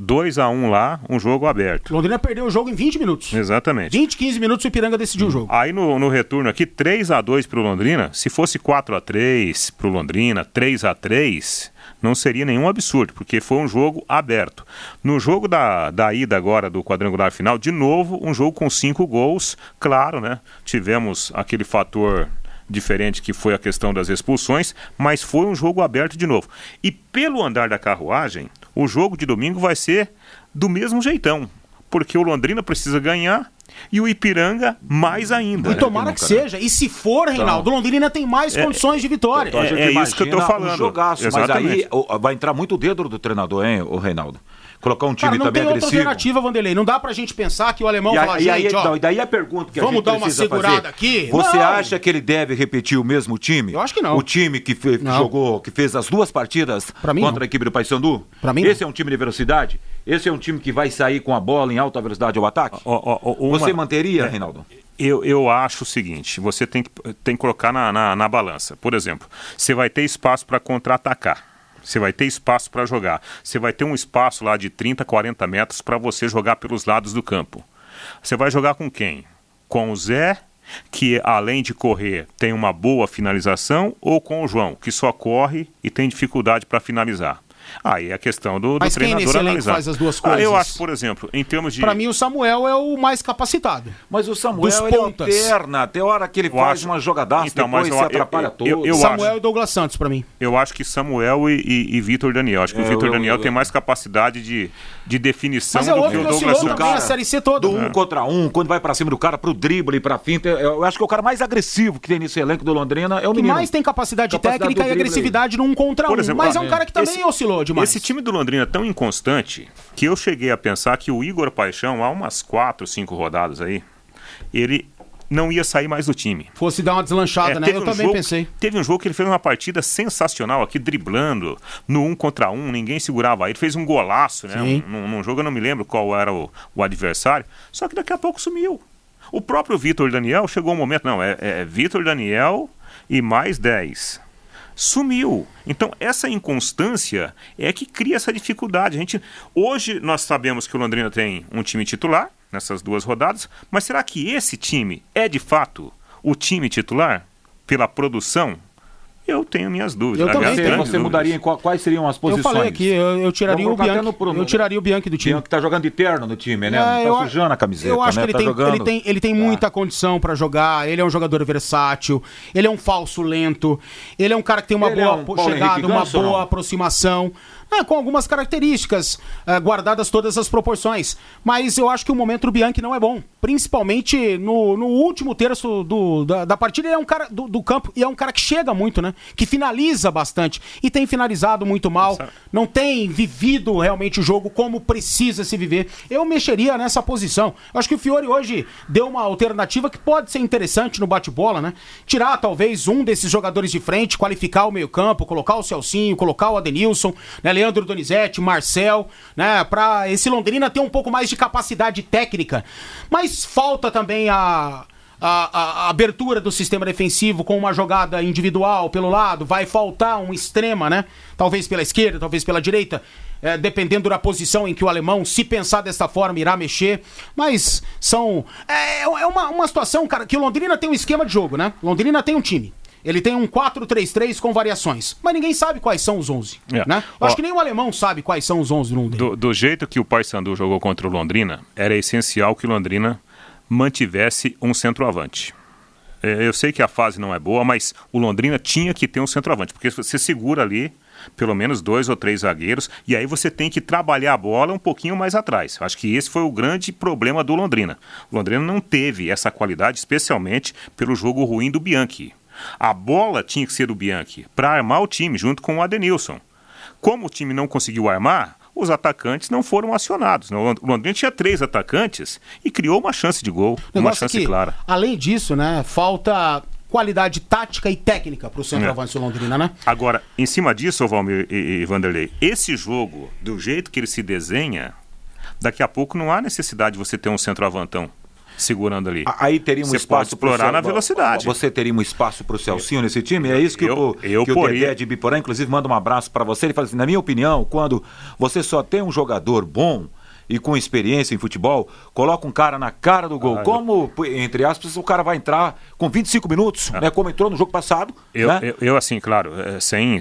2-1 lá, um jogo aberto. Londrina perdeu o jogo em 20 minutos. Exatamente. 20, 15 minutos o Ipiranga decidiu o jogo. Aí no retorno aqui, 3-2 pro Londrina. Se fosse 4-3 pro Londrina, 3-3, não seria nenhum absurdo, porque foi um jogo aberto. No jogo da ida agora do quadrangular final, de novo, um jogo com 5 gols. Claro, né? Tivemos aquele fator diferente que foi a questão das expulsões, mas foi um jogo aberto de novo. E pelo andar da carruagem, o jogo de domingo vai ser do mesmo jeitão, porque o Londrina precisa ganhar e o Ipiranga mais ainda. E tomara que seja. E se for, Reinaldo, o Londrina tem mais condições de vitória. É isso que eu tô falando. Um jogaço, mas aí vai entrar muito o dedo do treinador, hein, o Reinaldo? Colocar um time também agressivo. Não tem outra alternativa, Vanderlei. Não dá pra gente pensar que o alemão fala, gente, ó... E daí a pergunta que a gente vamos dar uma segurada aqui? Você acha que ele deve repetir o mesmo time? Eu acho que não. O time que jogou, que fez as 2 partidas contra a equipe do Paysandu? Pra mim Esse é um time de velocidade? Esse é um time que vai sair com a bola em alta velocidade ao ataque? Você manteria, Reinaldo? Eu acho o seguinte, você tem que colocar na balança. Por exemplo, você vai ter espaço para contra-atacar. Você vai ter espaço para jogar. Você vai ter um espaço lá de 30, 40 metros para você jogar pelos lados do campo. Você vai jogar com quem? Com o Zé, que além de correr tem uma boa finalização, ou com o João, que só corre e tem dificuldade para finalizar? Aí é a questão do Mas treinador quem nesse analisar. Faz as duas coisas? Eu acho, por exemplo, em termos de... Pra mim o Samuel é o mais capacitado. Mas o Samuel ele alterna, até a hora que ele faz uma jogadaça, então, depois se atrapalha todo. Samuel e Douglas Santos, pra mim. Eu acho que Samuel e Vitor Daniel. Acho que o Vitor Daniel tem mais capacidade de definição do que o Douglas Santos. Também a Série C toda. Do 1 contra 1, quando vai pra cima do cara, pro drible, pra finta. Eu acho que o cara mais agressivo que tem nesse elenco do Londrina é o menino. Que mais tem capacidade técnica e agressividade no 1 contra 1. Mas é um cara que também oscilou demais. Esse time do Londrina é tão inconstante que eu cheguei a pensar que o Igor Paixão, há umas 4, 5 rodadas aí, ele não ia sair mais do time. Fosse dar uma deslanchada, né? Eu também pensei. Teve um jogo que ele fez uma partida sensacional aqui, driblando, no 1 contra 1, ninguém segurava. Ele fez um golaço, né? Num jogo, eu não me lembro qual era o adversário, só que daqui a pouco sumiu. O próprio Vitor Daniel chegou um momento, Vitor Daniel e mais 10. Sumiu. Então, essa inconstância é que cria essa dificuldade. Hoje, nós sabemos que o Londrina tem um time titular nessas 2 rodadas, mas será que esse time é, de fato, o time titular? Pela produção? Eu tenho minhas dúvidas. Eu também tenho. Você mudaria quais seriam as posições? Eu falei aqui, eu tiraria o Bianchi. Eu tiraria o Bianchi do time. Bianchi tá jogando de terno no time, né? Não tá sujando a camiseta, eu acho né? que ele tem muita condição pra jogar, ele é um jogador versátil, ele é um falso lento, ele é um cara que tem uma boa chegada, uma boa aproximação. Com algumas características, guardadas todas as proporções. Mas eu acho que o momento do Bianchi não é bom. Principalmente no último terço da partida. Ele é um cara do campo e é um cara que chega muito, né? Que finaliza bastante. E tem finalizado muito mal. Não tem vivido realmente o jogo como precisa se viver. Eu mexeria nessa posição. Eu acho que o Fiori hoje deu uma alternativa que pode ser interessante no bate-bola, né? Tirar talvez um desses jogadores de frente, qualificar o meio-campo, colocar o Celcinho, colocar o Adenilson, né? Leandro Donizete, Marcel, né, para esse Londrina ter um pouco mais de capacidade técnica. Mas falta também a abertura do sistema defensivo com uma jogada individual pelo lado. Vai faltar um extrema, né? Talvez pela esquerda, talvez pela direita, dependendo da posição em que o alemão, se pensar desta forma, irá mexer. Mas é uma situação, cara, que o Londrina tem um esquema de jogo, né? O Londrina tem um time. Ele tem um 4-3-3 com variações. Mas ninguém sabe quais são os 11. Né? Eu acho que nem o alemão sabe quais são os 11 do Londrina. Do jeito que o Paysandu jogou contra o Londrina, era essencial que o Londrina mantivesse um centroavante. Eu sei que a fase não é boa, mas o Londrina tinha que ter um centroavante. Porque você segura ali pelo menos 2 ou 3 zagueiros, e aí você tem que trabalhar a bola um pouquinho mais atrás. Acho que esse foi o grande problema do Londrina. O Londrina não teve essa qualidade, especialmente pelo jogo ruim do Bianchi. A bola tinha que ser do Bianchi para armar o time junto com o Adenilson. Como o time não conseguiu armar, os atacantes não foram acionados. O Londrina tinha 3 atacantes e criou uma chance de gol, uma chance clara. Além disso, né, falta qualidade tática e técnica para o centroavante do Londrina, né? Agora, em cima disso, Valmir e Vanderlei, esse jogo, do jeito que ele se desenha, daqui a pouco não há necessidade de você ter um centroavantão segurando ali. Aí teria um espaço pode explorar na velocidade. Você teria um espaço para o Celcinho nesse time? É isso que o Dedé de Biporã, inclusive, manda um abraço para você. Ele fala assim, na minha opinião, quando você só tem um jogador bom e com experiência em futebol, coloca um cara na cara do gol. Como, entre aspas, o cara vai entrar com 25 minutos, né, como entrou no jogo passado. Eu assim, claro, sem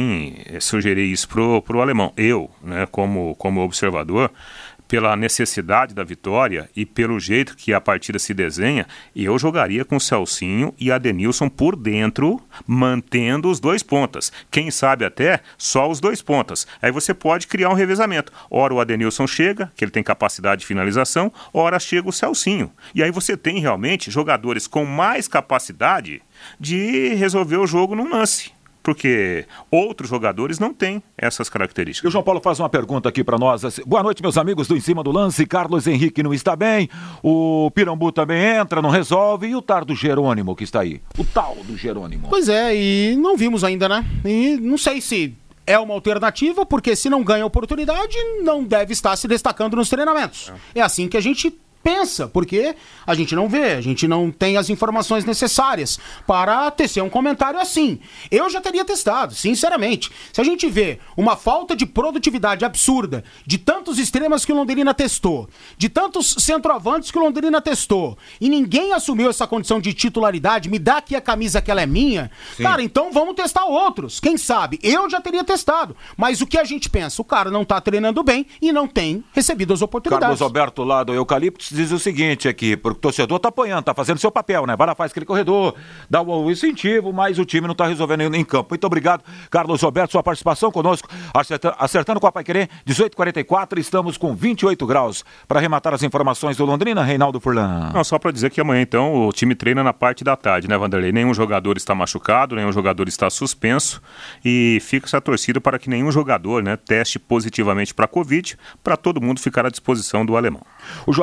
sugerir isso pro alemão. Eu, né, como observador, pela necessidade da vitória e pelo jeito que a partida se desenha, eu jogaria com o Celcinho e Adenilson por dentro, mantendo os 2 pontas. Quem sabe até só os 2 pontas. Aí você pode criar um revezamento. Ora o Adenilson chega, que ele tem capacidade de finalização, ora chega o Celcinho. E aí você tem realmente jogadores com mais capacidade de resolver o jogo num lance. Porque outros jogadores não têm essas características. E o João Paulo faz uma pergunta aqui para nós. Boa noite, meus amigos do Em Cima do Lance. Carlos Henrique não está bem. O Pirambu também entra, não resolve. E o tal do Jerônimo que está aí? O tal do Jerônimo. Pois é, e não vimos ainda, né? E não sei se é uma alternativa, porque se não ganha oportunidade, não deve estar se destacando nos treinamentos. É assim que a gente pensa, porque a gente não vê, a gente não tem as informações necessárias para tecer um comentário assim. Eu já teria testado, sinceramente. Se a gente vê uma falta de produtividade absurda de tantos extremas que o Londrina testou, de tantos centroavantes que o Londrina testou, e ninguém assumiu essa condição de titularidade, me dá aqui a camisa que ela é minha, sim, cara, então vamos testar outros. Quem sabe? Eu já teria testado. Mas o que a gente pensa? O cara não tá treinando bem e não tem recebido as oportunidades. Carlos Alberto lá do Eucalipto diz o seguinte aqui, porque o torcedor tá apanhando, tá fazendo seu papel, né? Vai lá, faz aquele corredor, dá o incentivo, mas o time não tá resolvendo em campo. Muito obrigado, Carlos Alberto, sua participação conosco, acertando com a Paiquerê, 18h44, estamos com 28 graus. Para arrematar as informações do Londrina, Reinaldo Furlan. Não, só para dizer que amanhã, então, o time treina na parte da tarde, né, Vanderlei? Nenhum jogador está machucado, nenhum jogador está suspenso e fica essa torcida para que nenhum jogador, né, teste positivamente para a Covid, para todo mundo ficar à disposição do alemão. O Juarez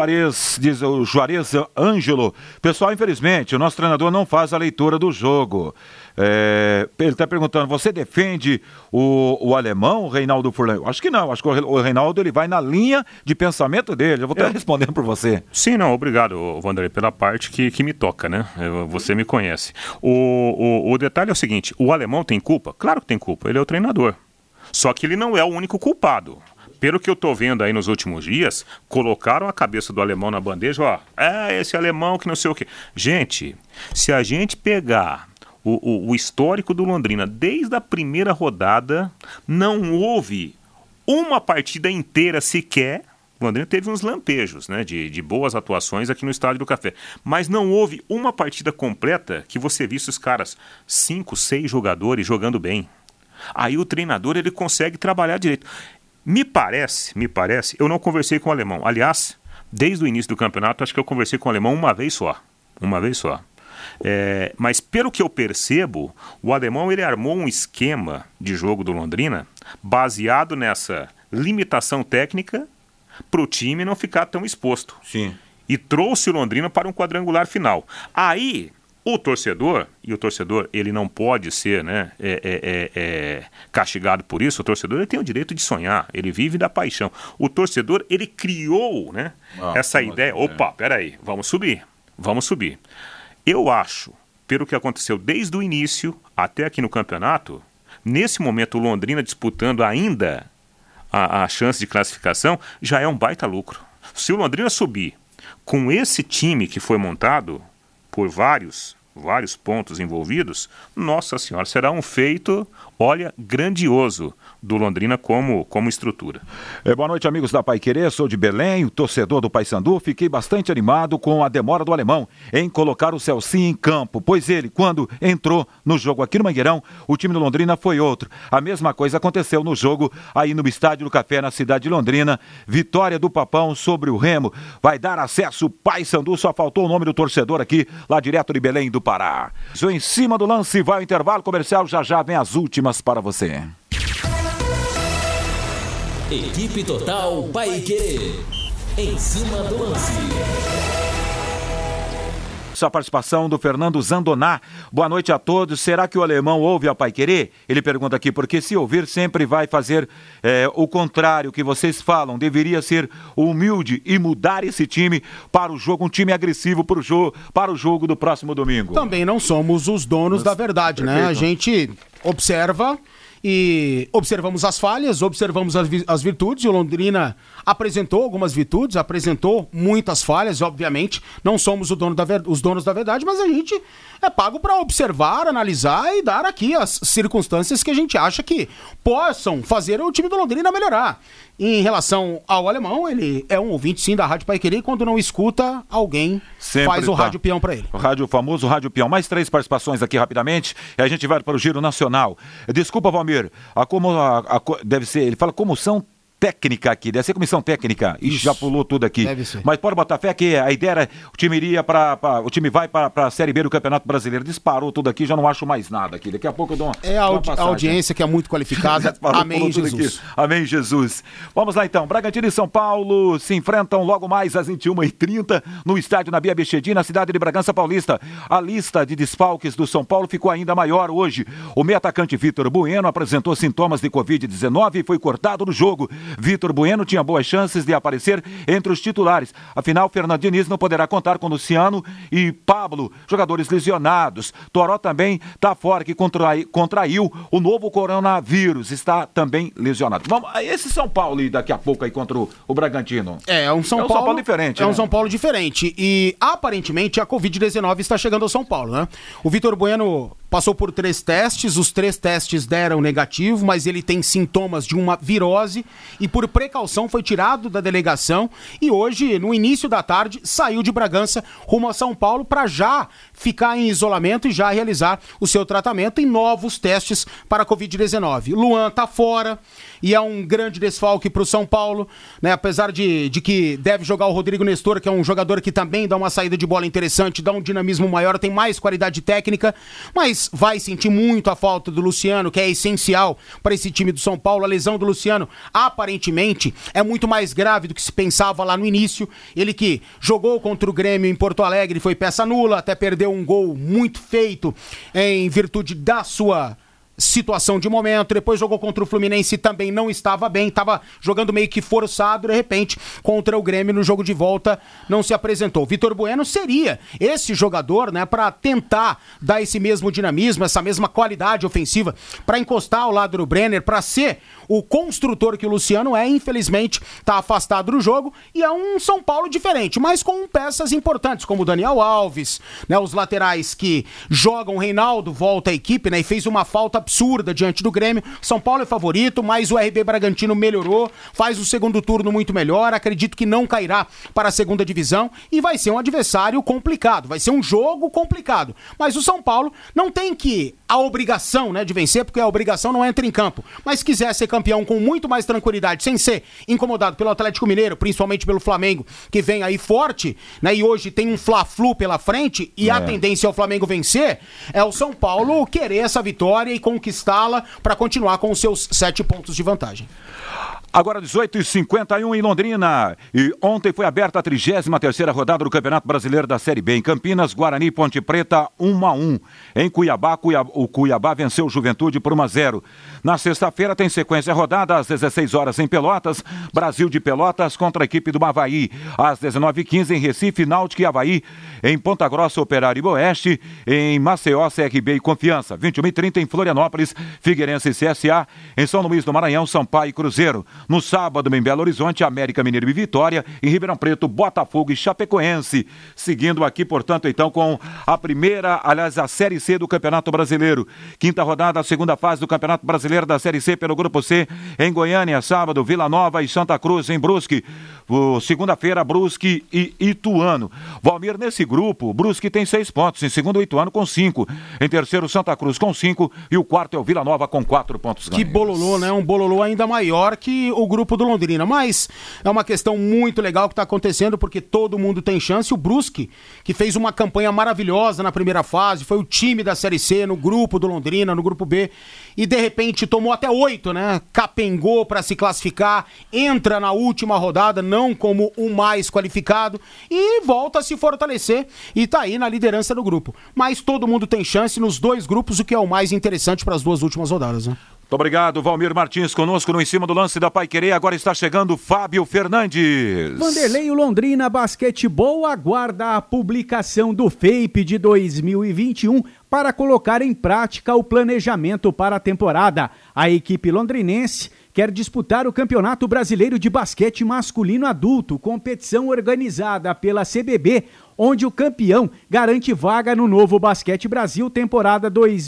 diz o Juarez Ângelo. Pessoal, infelizmente, o nosso treinador não faz a leitura do jogo. Ele está perguntando, você defende o alemão, o Reinaldo Furlan? Acho que não, acho que o Reinaldo ele vai na linha de pensamento dele. Eu vou estar respondendo por você. Sim, não, obrigado, Vanderlei, pela parte que me toca, né? Você me conhece. O detalhe é o seguinte, o alemão tem culpa? Claro que tem culpa, ele é o treinador. Só que ele não é o único culpado. Pelo que eu tô vendo aí nos últimos dias, colocaram a cabeça do alemão na bandeja, ó, esse alemão que não sei o quê. Gente, se a gente pegar o histórico do Londrina, desde a primeira rodada, não houve uma partida inteira sequer. O Londrina teve uns lampejos, né, de boas atuações aqui no Estádio do Café, mas não houve uma partida completa que você visse os caras, 5, 6 jogadores jogando bem. Aí o treinador ele consegue trabalhar direito. Me parece, eu não conversei com o alemão. Aliás, desde o início do campeonato, acho que eu conversei com o alemão uma vez só. Mas pelo que eu percebo, o alemão ele armou um esquema de jogo do Londrina baseado nessa limitação técnica para o time não ficar tão exposto. Sim. E trouxe o Londrina para um quadrangular final. Aí, o torcedor ele não pode ser, né, castigado por isso. O torcedor ele tem o direito de sonhar, ele vive da paixão. O torcedor ele criou, né, essa ideia. Opa, peraí, vamos subir. Eu acho, pelo que aconteceu desde o início até aqui no campeonato, nesse momento o Londrina disputando ainda a chance de classificação, já é um baita lucro. Se o Londrina subir com esse time que foi montado por vários pontos envolvidos, nossa senhora, será um feito, olha, grandioso do Londrina como estrutura. Boa noite, amigos da Paiquerê, sou de Belém, o torcedor do Paysandu. Fiquei bastante animado com a demora do alemão em colocar o Celcinho em campo, pois ele, quando entrou no jogo aqui no Mangueirão, o time do Londrina foi outro. A mesma coisa aconteceu no jogo aí no Estádio do Café, na cidade de Londrina. Vitória do Papão sobre o Remo, vai dar acesso Paysandu, só faltou o nome do torcedor aqui, lá direto de Belém do Pará. Sou em cima do lance, vai ao intervalo comercial, já vem as últimas para você. Equipe Total Paiquerê, em cima do lance. A participação do Fernando Zandoná. Boa noite a todos. Será que o alemão ouve a Paiquerê? Ele pergunta aqui, porque se ouvir sempre vai fazer o contrário que vocês falam. Deveria ser humilde e mudar esse time para o jogo, um time agressivo para o jogo do próximo domingo. Também não somos os donos da verdade, né? A gente observa e observamos as falhas, observamos as virtudes, e o Londrina apresentou algumas virtudes, apresentou muitas falhas, obviamente, não somos os donos da verdade, mas a gente é pago para observar, analisar e dar aqui as circunstâncias que a gente acha que possam fazer o time do Londrina melhorar. Em relação ao alemão, ele é um ouvinte sim da Rádio Paiquerê, e quando não escuta, alguém sempre faz o rádio peão para ele. O famoso rádio peão. Mais 3 participações aqui rapidamente e a gente vai para o Giro Nacional. Desculpa, Valmir, deve ser, ele fala comoção técnica aqui, deve ser comissão técnica. Ixi, já pulou tudo aqui. Deve ser. Mas pode botar fé que a ideia era, o time vai para a Série B do Campeonato Brasileiro. Disparou tudo aqui, já não acho mais nada aqui. Daqui a pouco eu dou a audiência que é muito qualificada. Amém, Jesus. Amém, Jesus. Vamos lá então. Bragantino e São Paulo se enfrentam logo mais às 21h30 no estádio Nabia Bichedi, na cidade de Bragança Paulista. A lista de desfalques do São Paulo ficou ainda maior hoje. O meio-atacante Vitor Bueno apresentou sintomas de Covid-19 e foi cortado do jogo. Vitor Bueno tinha boas chances de aparecer entre os titulares. Afinal, Fernando Diniz não poderá contar com Luciano e Pablo, jogadores lesionados. Toró também está fora, que contraiu o novo coronavírus. Está também lesionado. Vamos, esse São Paulo e daqui a pouco aí contra o Bragantino. É um São Paulo diferente. É um São Paulo diferente. E aparentemente a Covid-19 está chegando ao São Paulo, né? O Vitor Bueno passou por 3 testes, os 3 testes deram negativo, mas ele tem sintomas de uma virose e por precaução foi tirado da delegação e hoje, no início da tarde, saiu de Bragança rumo a São Paulo para já ficar em isolamento e já realizar o seu tratamento em novos testes para a Covid-19. Luan tá fora e é um grande desfalque para o São Paulo, né? Apesar de que deve jogar o Rodrigo Nestor, que é um jogador que também dá uma saída de bola interessante, dá um dinamismo maior, tem mais qualidade técnica, mas mas vai sentir muito a falta do Luciano, que é essencial para esse time do São Paulo. A lesão do Luciano, aparentemente, é muito mais grave do que se pensava lá no início. Ele que jogou contra o Grêmio em Porto Alegre, foi peça nula, até perdeu um gol muito feito em virtude da sua situação de momento. Depois jogou contra o Fluminense e também não estava bem, estava jogando meio que forçado, de repente contra o Grêmio no jogo de volta não se apresentou. Vitor Bueno seria esse jogador, né, para tentar dar esse mesmo dinamismo, essa mesma qualidade ofensiva, para encostar ao lado do Brenner, para ser o construtor que o Luciano é. Infelizmente está afastado do jogo e é um São Paulo diferente, mas com peças importantes como o Daniel Alves, né, os laterais que jogam. O Reinaldo volta à equipe, né, e fez uma falta absurda diante do Grêmio. São Paulo é favorito, mas o RB Bragantino melhorou, faz o segundo turno muito melhor, acredito que não cairá para a segunda divisão e vai ser um adversário complicado, vai ser um jogo complicado, mas o São Paulo não tem que a obrigação, né, de vencer, porque a obrigação não entra em campo, mas se quiser ser campeão com muito mais tranquilidade, sem ser incomodado pelo Atlético Mineiro, principalmente pelo Flamengo, que vem aí forte, né, e hoje tem um Fla-Flu pela frente e a tendência é o Flamengo vencer, é o São Paulo querer essa vitória e conquistá-la para continuar com os seus 7 pontos de vantagem. Agora 18h51 em Londrina. E ontem foi aberta a 33ª rodada do Campeonato Brasileiro da Série B. Em Campinas, Guarani e Ponte Preta 1-1. Em Cuiabá, o Cuiabá venceu o Juventude por 1-0. Na sexta-feira tem sequência rodada às 16 horas em Pelotas. Brasil de Pelotas contra a equipe do Avaí. Às 19h15 em Recife, Náutico e Avaí. Em Ponta Grossa, Operário e Oeste. Em Maceió, CRB e Confiança. 21h30 em Florianópolis, Figueirense e CSA. Em São Luís do Maranhão, Sampaio e Cruzeiro. No sábado, em Belo Horizonte, América Mineiro e Vitória. Em Ribeirão Preto, Botafogo e Chapecoense. Seguindo aqui, portanto, então, com a Série C do Campeonato Brasileiro. Quinta rodada, a segunda fase do Campeonato Brasileiro da Série C pelo Grupo C. Em Goiânia, sábado, Vila Nova e Santa Cruz. Em Brusque, segunda-feira, Brusque e Ituano. Valmir, nesse grupo, Brusque tem 6 pontos. Em segundo, o Ituano com 5. Em terceiro, Santa Cruz com 5. E o quarto é o Vila Nova com 4 pontos ganhos. Que bololô, né? Um bololô ainda maior que o grupo do Londrina, mas é uma questão muito legal que está acontecendo porque todo mundo tem chance. O Brusque, que fez uma campanha maravilhosa na primeira fase, foi o time da Série C no grupo do Londrina, no grupo B, e de repente tomou até 8, né? Capengou para se classificar, entra na última rodada, não como o mais qualificado, e volta a se fortalecer e tá aí na liderança do grupo. Mas todo mundo tem chance nos 2 grupos, o que é o mais interessante para as 2 últimas rodadas, né? Muito obrigado, Valmir Martins, conosco no Em Cima do Lance da Paiquerê. Agora está chegando Fábio Fernandes. Vanderlei, o Londrina Basquetebol aguarda a publicação do FAPE de 2021 para colocar em prática o planejamento para a temporada. A equipe londrinense quer disputar o Campeonato Brasileiro de Basquete Masculino Adulto, competição organizada pela CBB, onde o campeão garante vaga no Novo Basquete Brasil, temporada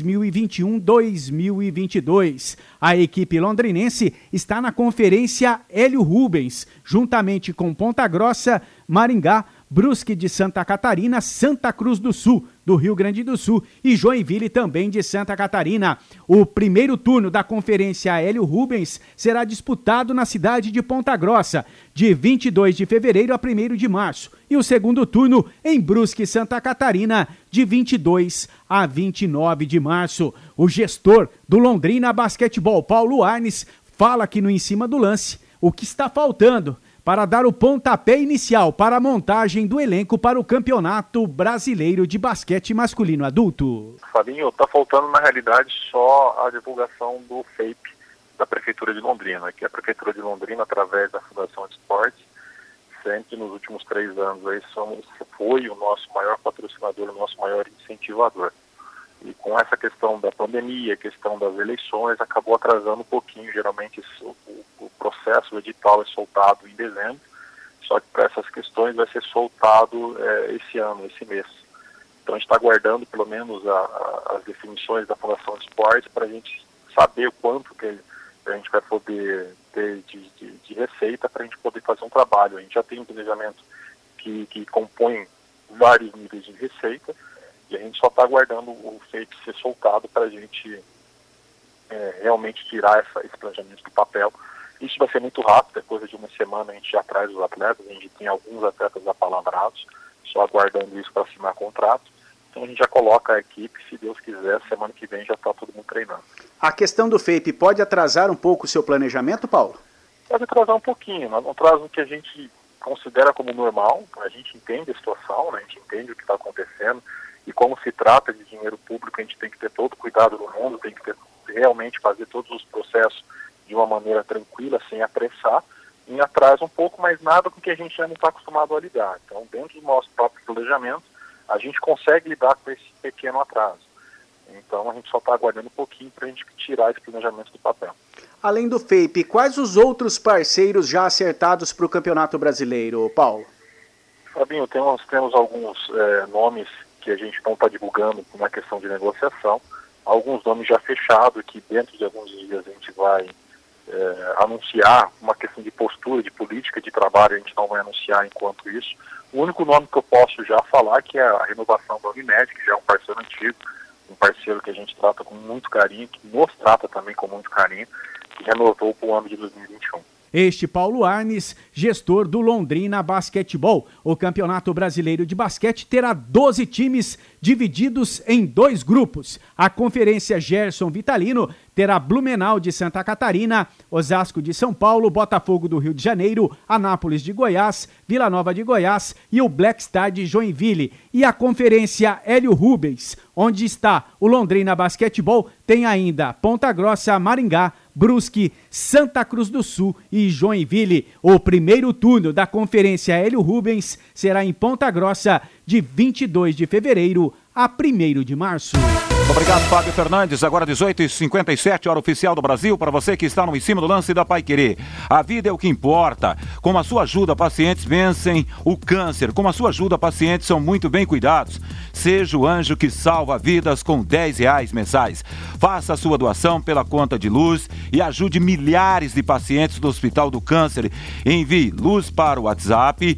2021-2022. A equipe londrinense está na Conferência Hélio Rubens, juntamente com Ponta Grossa, Maringá, Brusque de Santa Catarina, Santa Cruz do Sul, do Rio Grande do Sul, e Joinville também de Santa Catarina. O primeiro turno da Conferência Hélio Rubens será disputado na cidade de Ponta Grossa, de 22 de fevereiro a 1º de março, e o segundo turno em Brusque, Santa Catarina, de 22 a 29 de março. O gestor do Londrina Basquetebol, Paulo Arnes, fala aqui no Em Cima do Lance o que está faltando para dar o pontapé inicial para a montagem do elenco para o Campeonato Brasileiro de Basquete Masculino Adulto. Fabinho, está faltando na realidade só a divulgação do FAPE da Prefeitura de Londrina, que a Prefeitura de Londrina, através da Fundação de Esportes, sempre nos últimos 3 anos aí foi o nosso maior patrocinador, o nosso maior incentivador. E com essa questão da pandemia, a questão das eleições, acabou atrasando um pouquinho. Geralmente o processo, o edital é soltado em dezembro, só que para essas questões vai ser soltado esse ano, esse mês. Então a gente está aguardando pelo menos as definições da Fundação de Esportes para a gente saber o quanto que a gente vai poder ter de receita para a gente poder fazer um trabalho. A gente já tem um planejamento que compõe vários níveis de receita, e a gente só está aguardando o FAPE ser soltado para a gente realmente tirar esse planejamento do papel. Isso vai ser muito rápido, é coisa de uma semana a gente já traz os atletas, a gente tem alguns atletas apalavrados, só aguardando isso para assinar contrato. então a gente já coloca a equipe, se Deus quiser, semana que vem já está todo mundo treinando. A questão do FAPE pode atrasar um pouco o seu planejamento, Paulo? Pode atrasar um pouquinho, não traz o que a gente considera como normal, a gente entende a situação, né? A gente entende o que está acontecendo, e como se trata de dinheiro público, a gente tem que ter todo o cuidado do mundo, tem que realmente fazer todos os processos de uma maneira tranquila, sem apressar, e atrasa um pouco, mas nada com que a gente já não está acostumado a lidar. Então, dentro do nosso próprio planejamento, a gente consegue lidar com esse pequeno atraso. Então, a gente só está aguardando um pouquinho para a gente tirar esse planejamento do papel. Além do FAPE, quais os outros parceiros já acertados para o Campeonato Brasileiro, Paulo? Fabinho, temos alguns nomes que a gente não está divulgando na questão de negociação, alguns nomes já fechados, que dentro de alguns dias a gente vai anunciar, uma questão de postura, de política de trabalho, a gente não vai anunciar enquanto isso. O único nome que eu posso já falar que é a renovação da Unimed, que já é um parceiro antigo, um parceiro que a gente trata com muito carinho, que nos trata também com muito carinho, que renovou para o ano de 2021. Este Paulo Arnes, gestor do Londrina Basquetebol. O Campeonato Brasileiro de Basquete terá 12 times divididos em 2 grupos. A Conferência Gerson Vitalino terá Blumenau de Santa Catarina, Osasco de São Paulo, Botafogo do Rio de Janeiro, Anápolis de Goiás, Vila Nova de Goiás e o Black Star de Joinville. E a Conferência Hélio Rubens, onde está o Londrina Basquetebol, tem ainda Ponta Grossa, Maringá, Brusque, Santa Cruz do Sul e Joinville. O primeiro turno da Conferência Hélio Rubens será em Ponta Grossa de 22 de fevereiro a 1º de março. Obrigado, Fábio Fernandes. Agora 18h57, hora oficial do Brasil, para você que está no Em Cima do Lance da Paiquerê. A vida é o que importa. Com a sua ajuda, pacientes vencem o câncer. Com a sua ajuda, pacientes são muito bem cuidados. Seja o anjo que salva vidas com R$10 mensais. Faça a sua doação pela conta de luz e ajude milhares de pacientes do Hospital do Câncer. Envie luz para o WhatsApp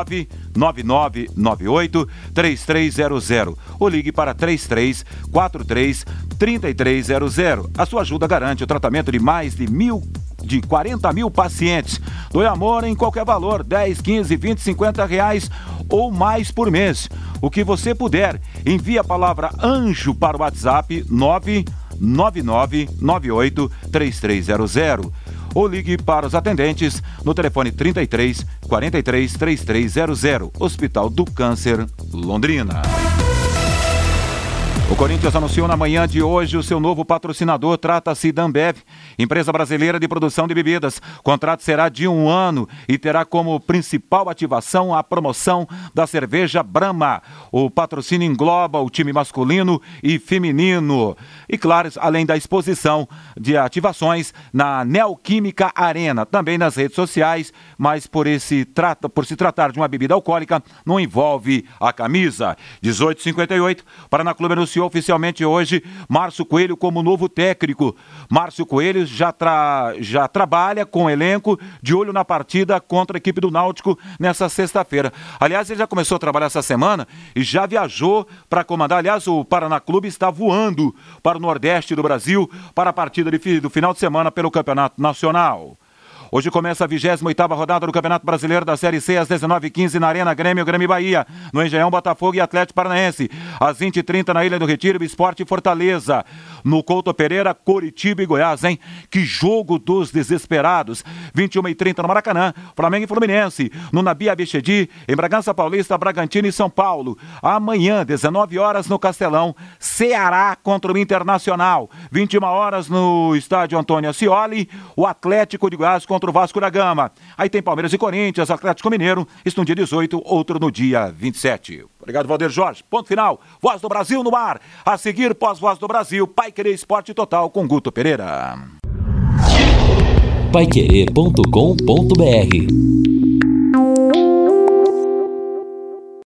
99998-3300 ou ligue para 3343-3300. A sua ajuda garante o tratamento de mais de 40 mil pacientes. Doe amor em qualquer valor, 10, 15, 20, 50 reais ou mais por mês. O que você puder, envie a palavra anjo para o WhatsApp 99998-3300 ou ligue para os atendentes no telefone 33 43 3300. Hospital do Câncer, Londrina. O Corinthians anunciou na manhã de hoje o seu novo patrocinador, trata-se da Ambev, empresa brasileira de produção de bebidas. O contrato será de 1 ano e terá como principal ativação a promoção da cerveja Brahma. O patrocínio engloba o time masculino e feminino. E claro, além da exposição de ativações na Neoquímica Arena, também nas redes sociais, mas por se tratar de uma bebida alcoólica, não envolve a camisa. 18h58, Paraná Clube anunciou oficialmente hoje Márcio Coelho como novo técnico. Márcio Coelho já trabalha com o elenco, de olho na partida contra a equipe do Náutico nessa sexta-feira. Aliás, ele já começou a trabalhar essa semana e já viajou para comandar. Aliás, o Paraná Clube está voando para o Nordeste do Brasil para a partida do final de semana pelo Campeonato Nacional. Hoje começa a 28ª rodada do Campeonato Brasileiro da Série C, às 19h15 na Arena Grêmio Bahia. No Engenhão, Botafogo e Atlético Paranaense. Às 20h30 na Ilha do Retiro, Sport e Fortaleza. No Couto Pereira, Coritiba e Goiás, hein? Que jogo dos desesperados. 21h30 no Maracanã, Flamengo e Fluminense. No Nabi Abichedi, em Bragança Paulista, Bragantino e São Paulo. Amanhã, 19 horas no Castelão, Ceará contra o Internacional. 21 horas no Estádio Antônio Ascioli, o Atlético de Goiás contra o Vasco da Gama. Aí tem Palmeiras e Corinthians, Atlético Mineiro, isso no dia 18, outro no dia 27. Obrigado, Valdeir Jorge. Ponto final. Voz do Brasil no ar. A seguir, pós-Voz do Brasil, Paiquerê Esporte Total com Guto Pereira. Paiquerê.com.br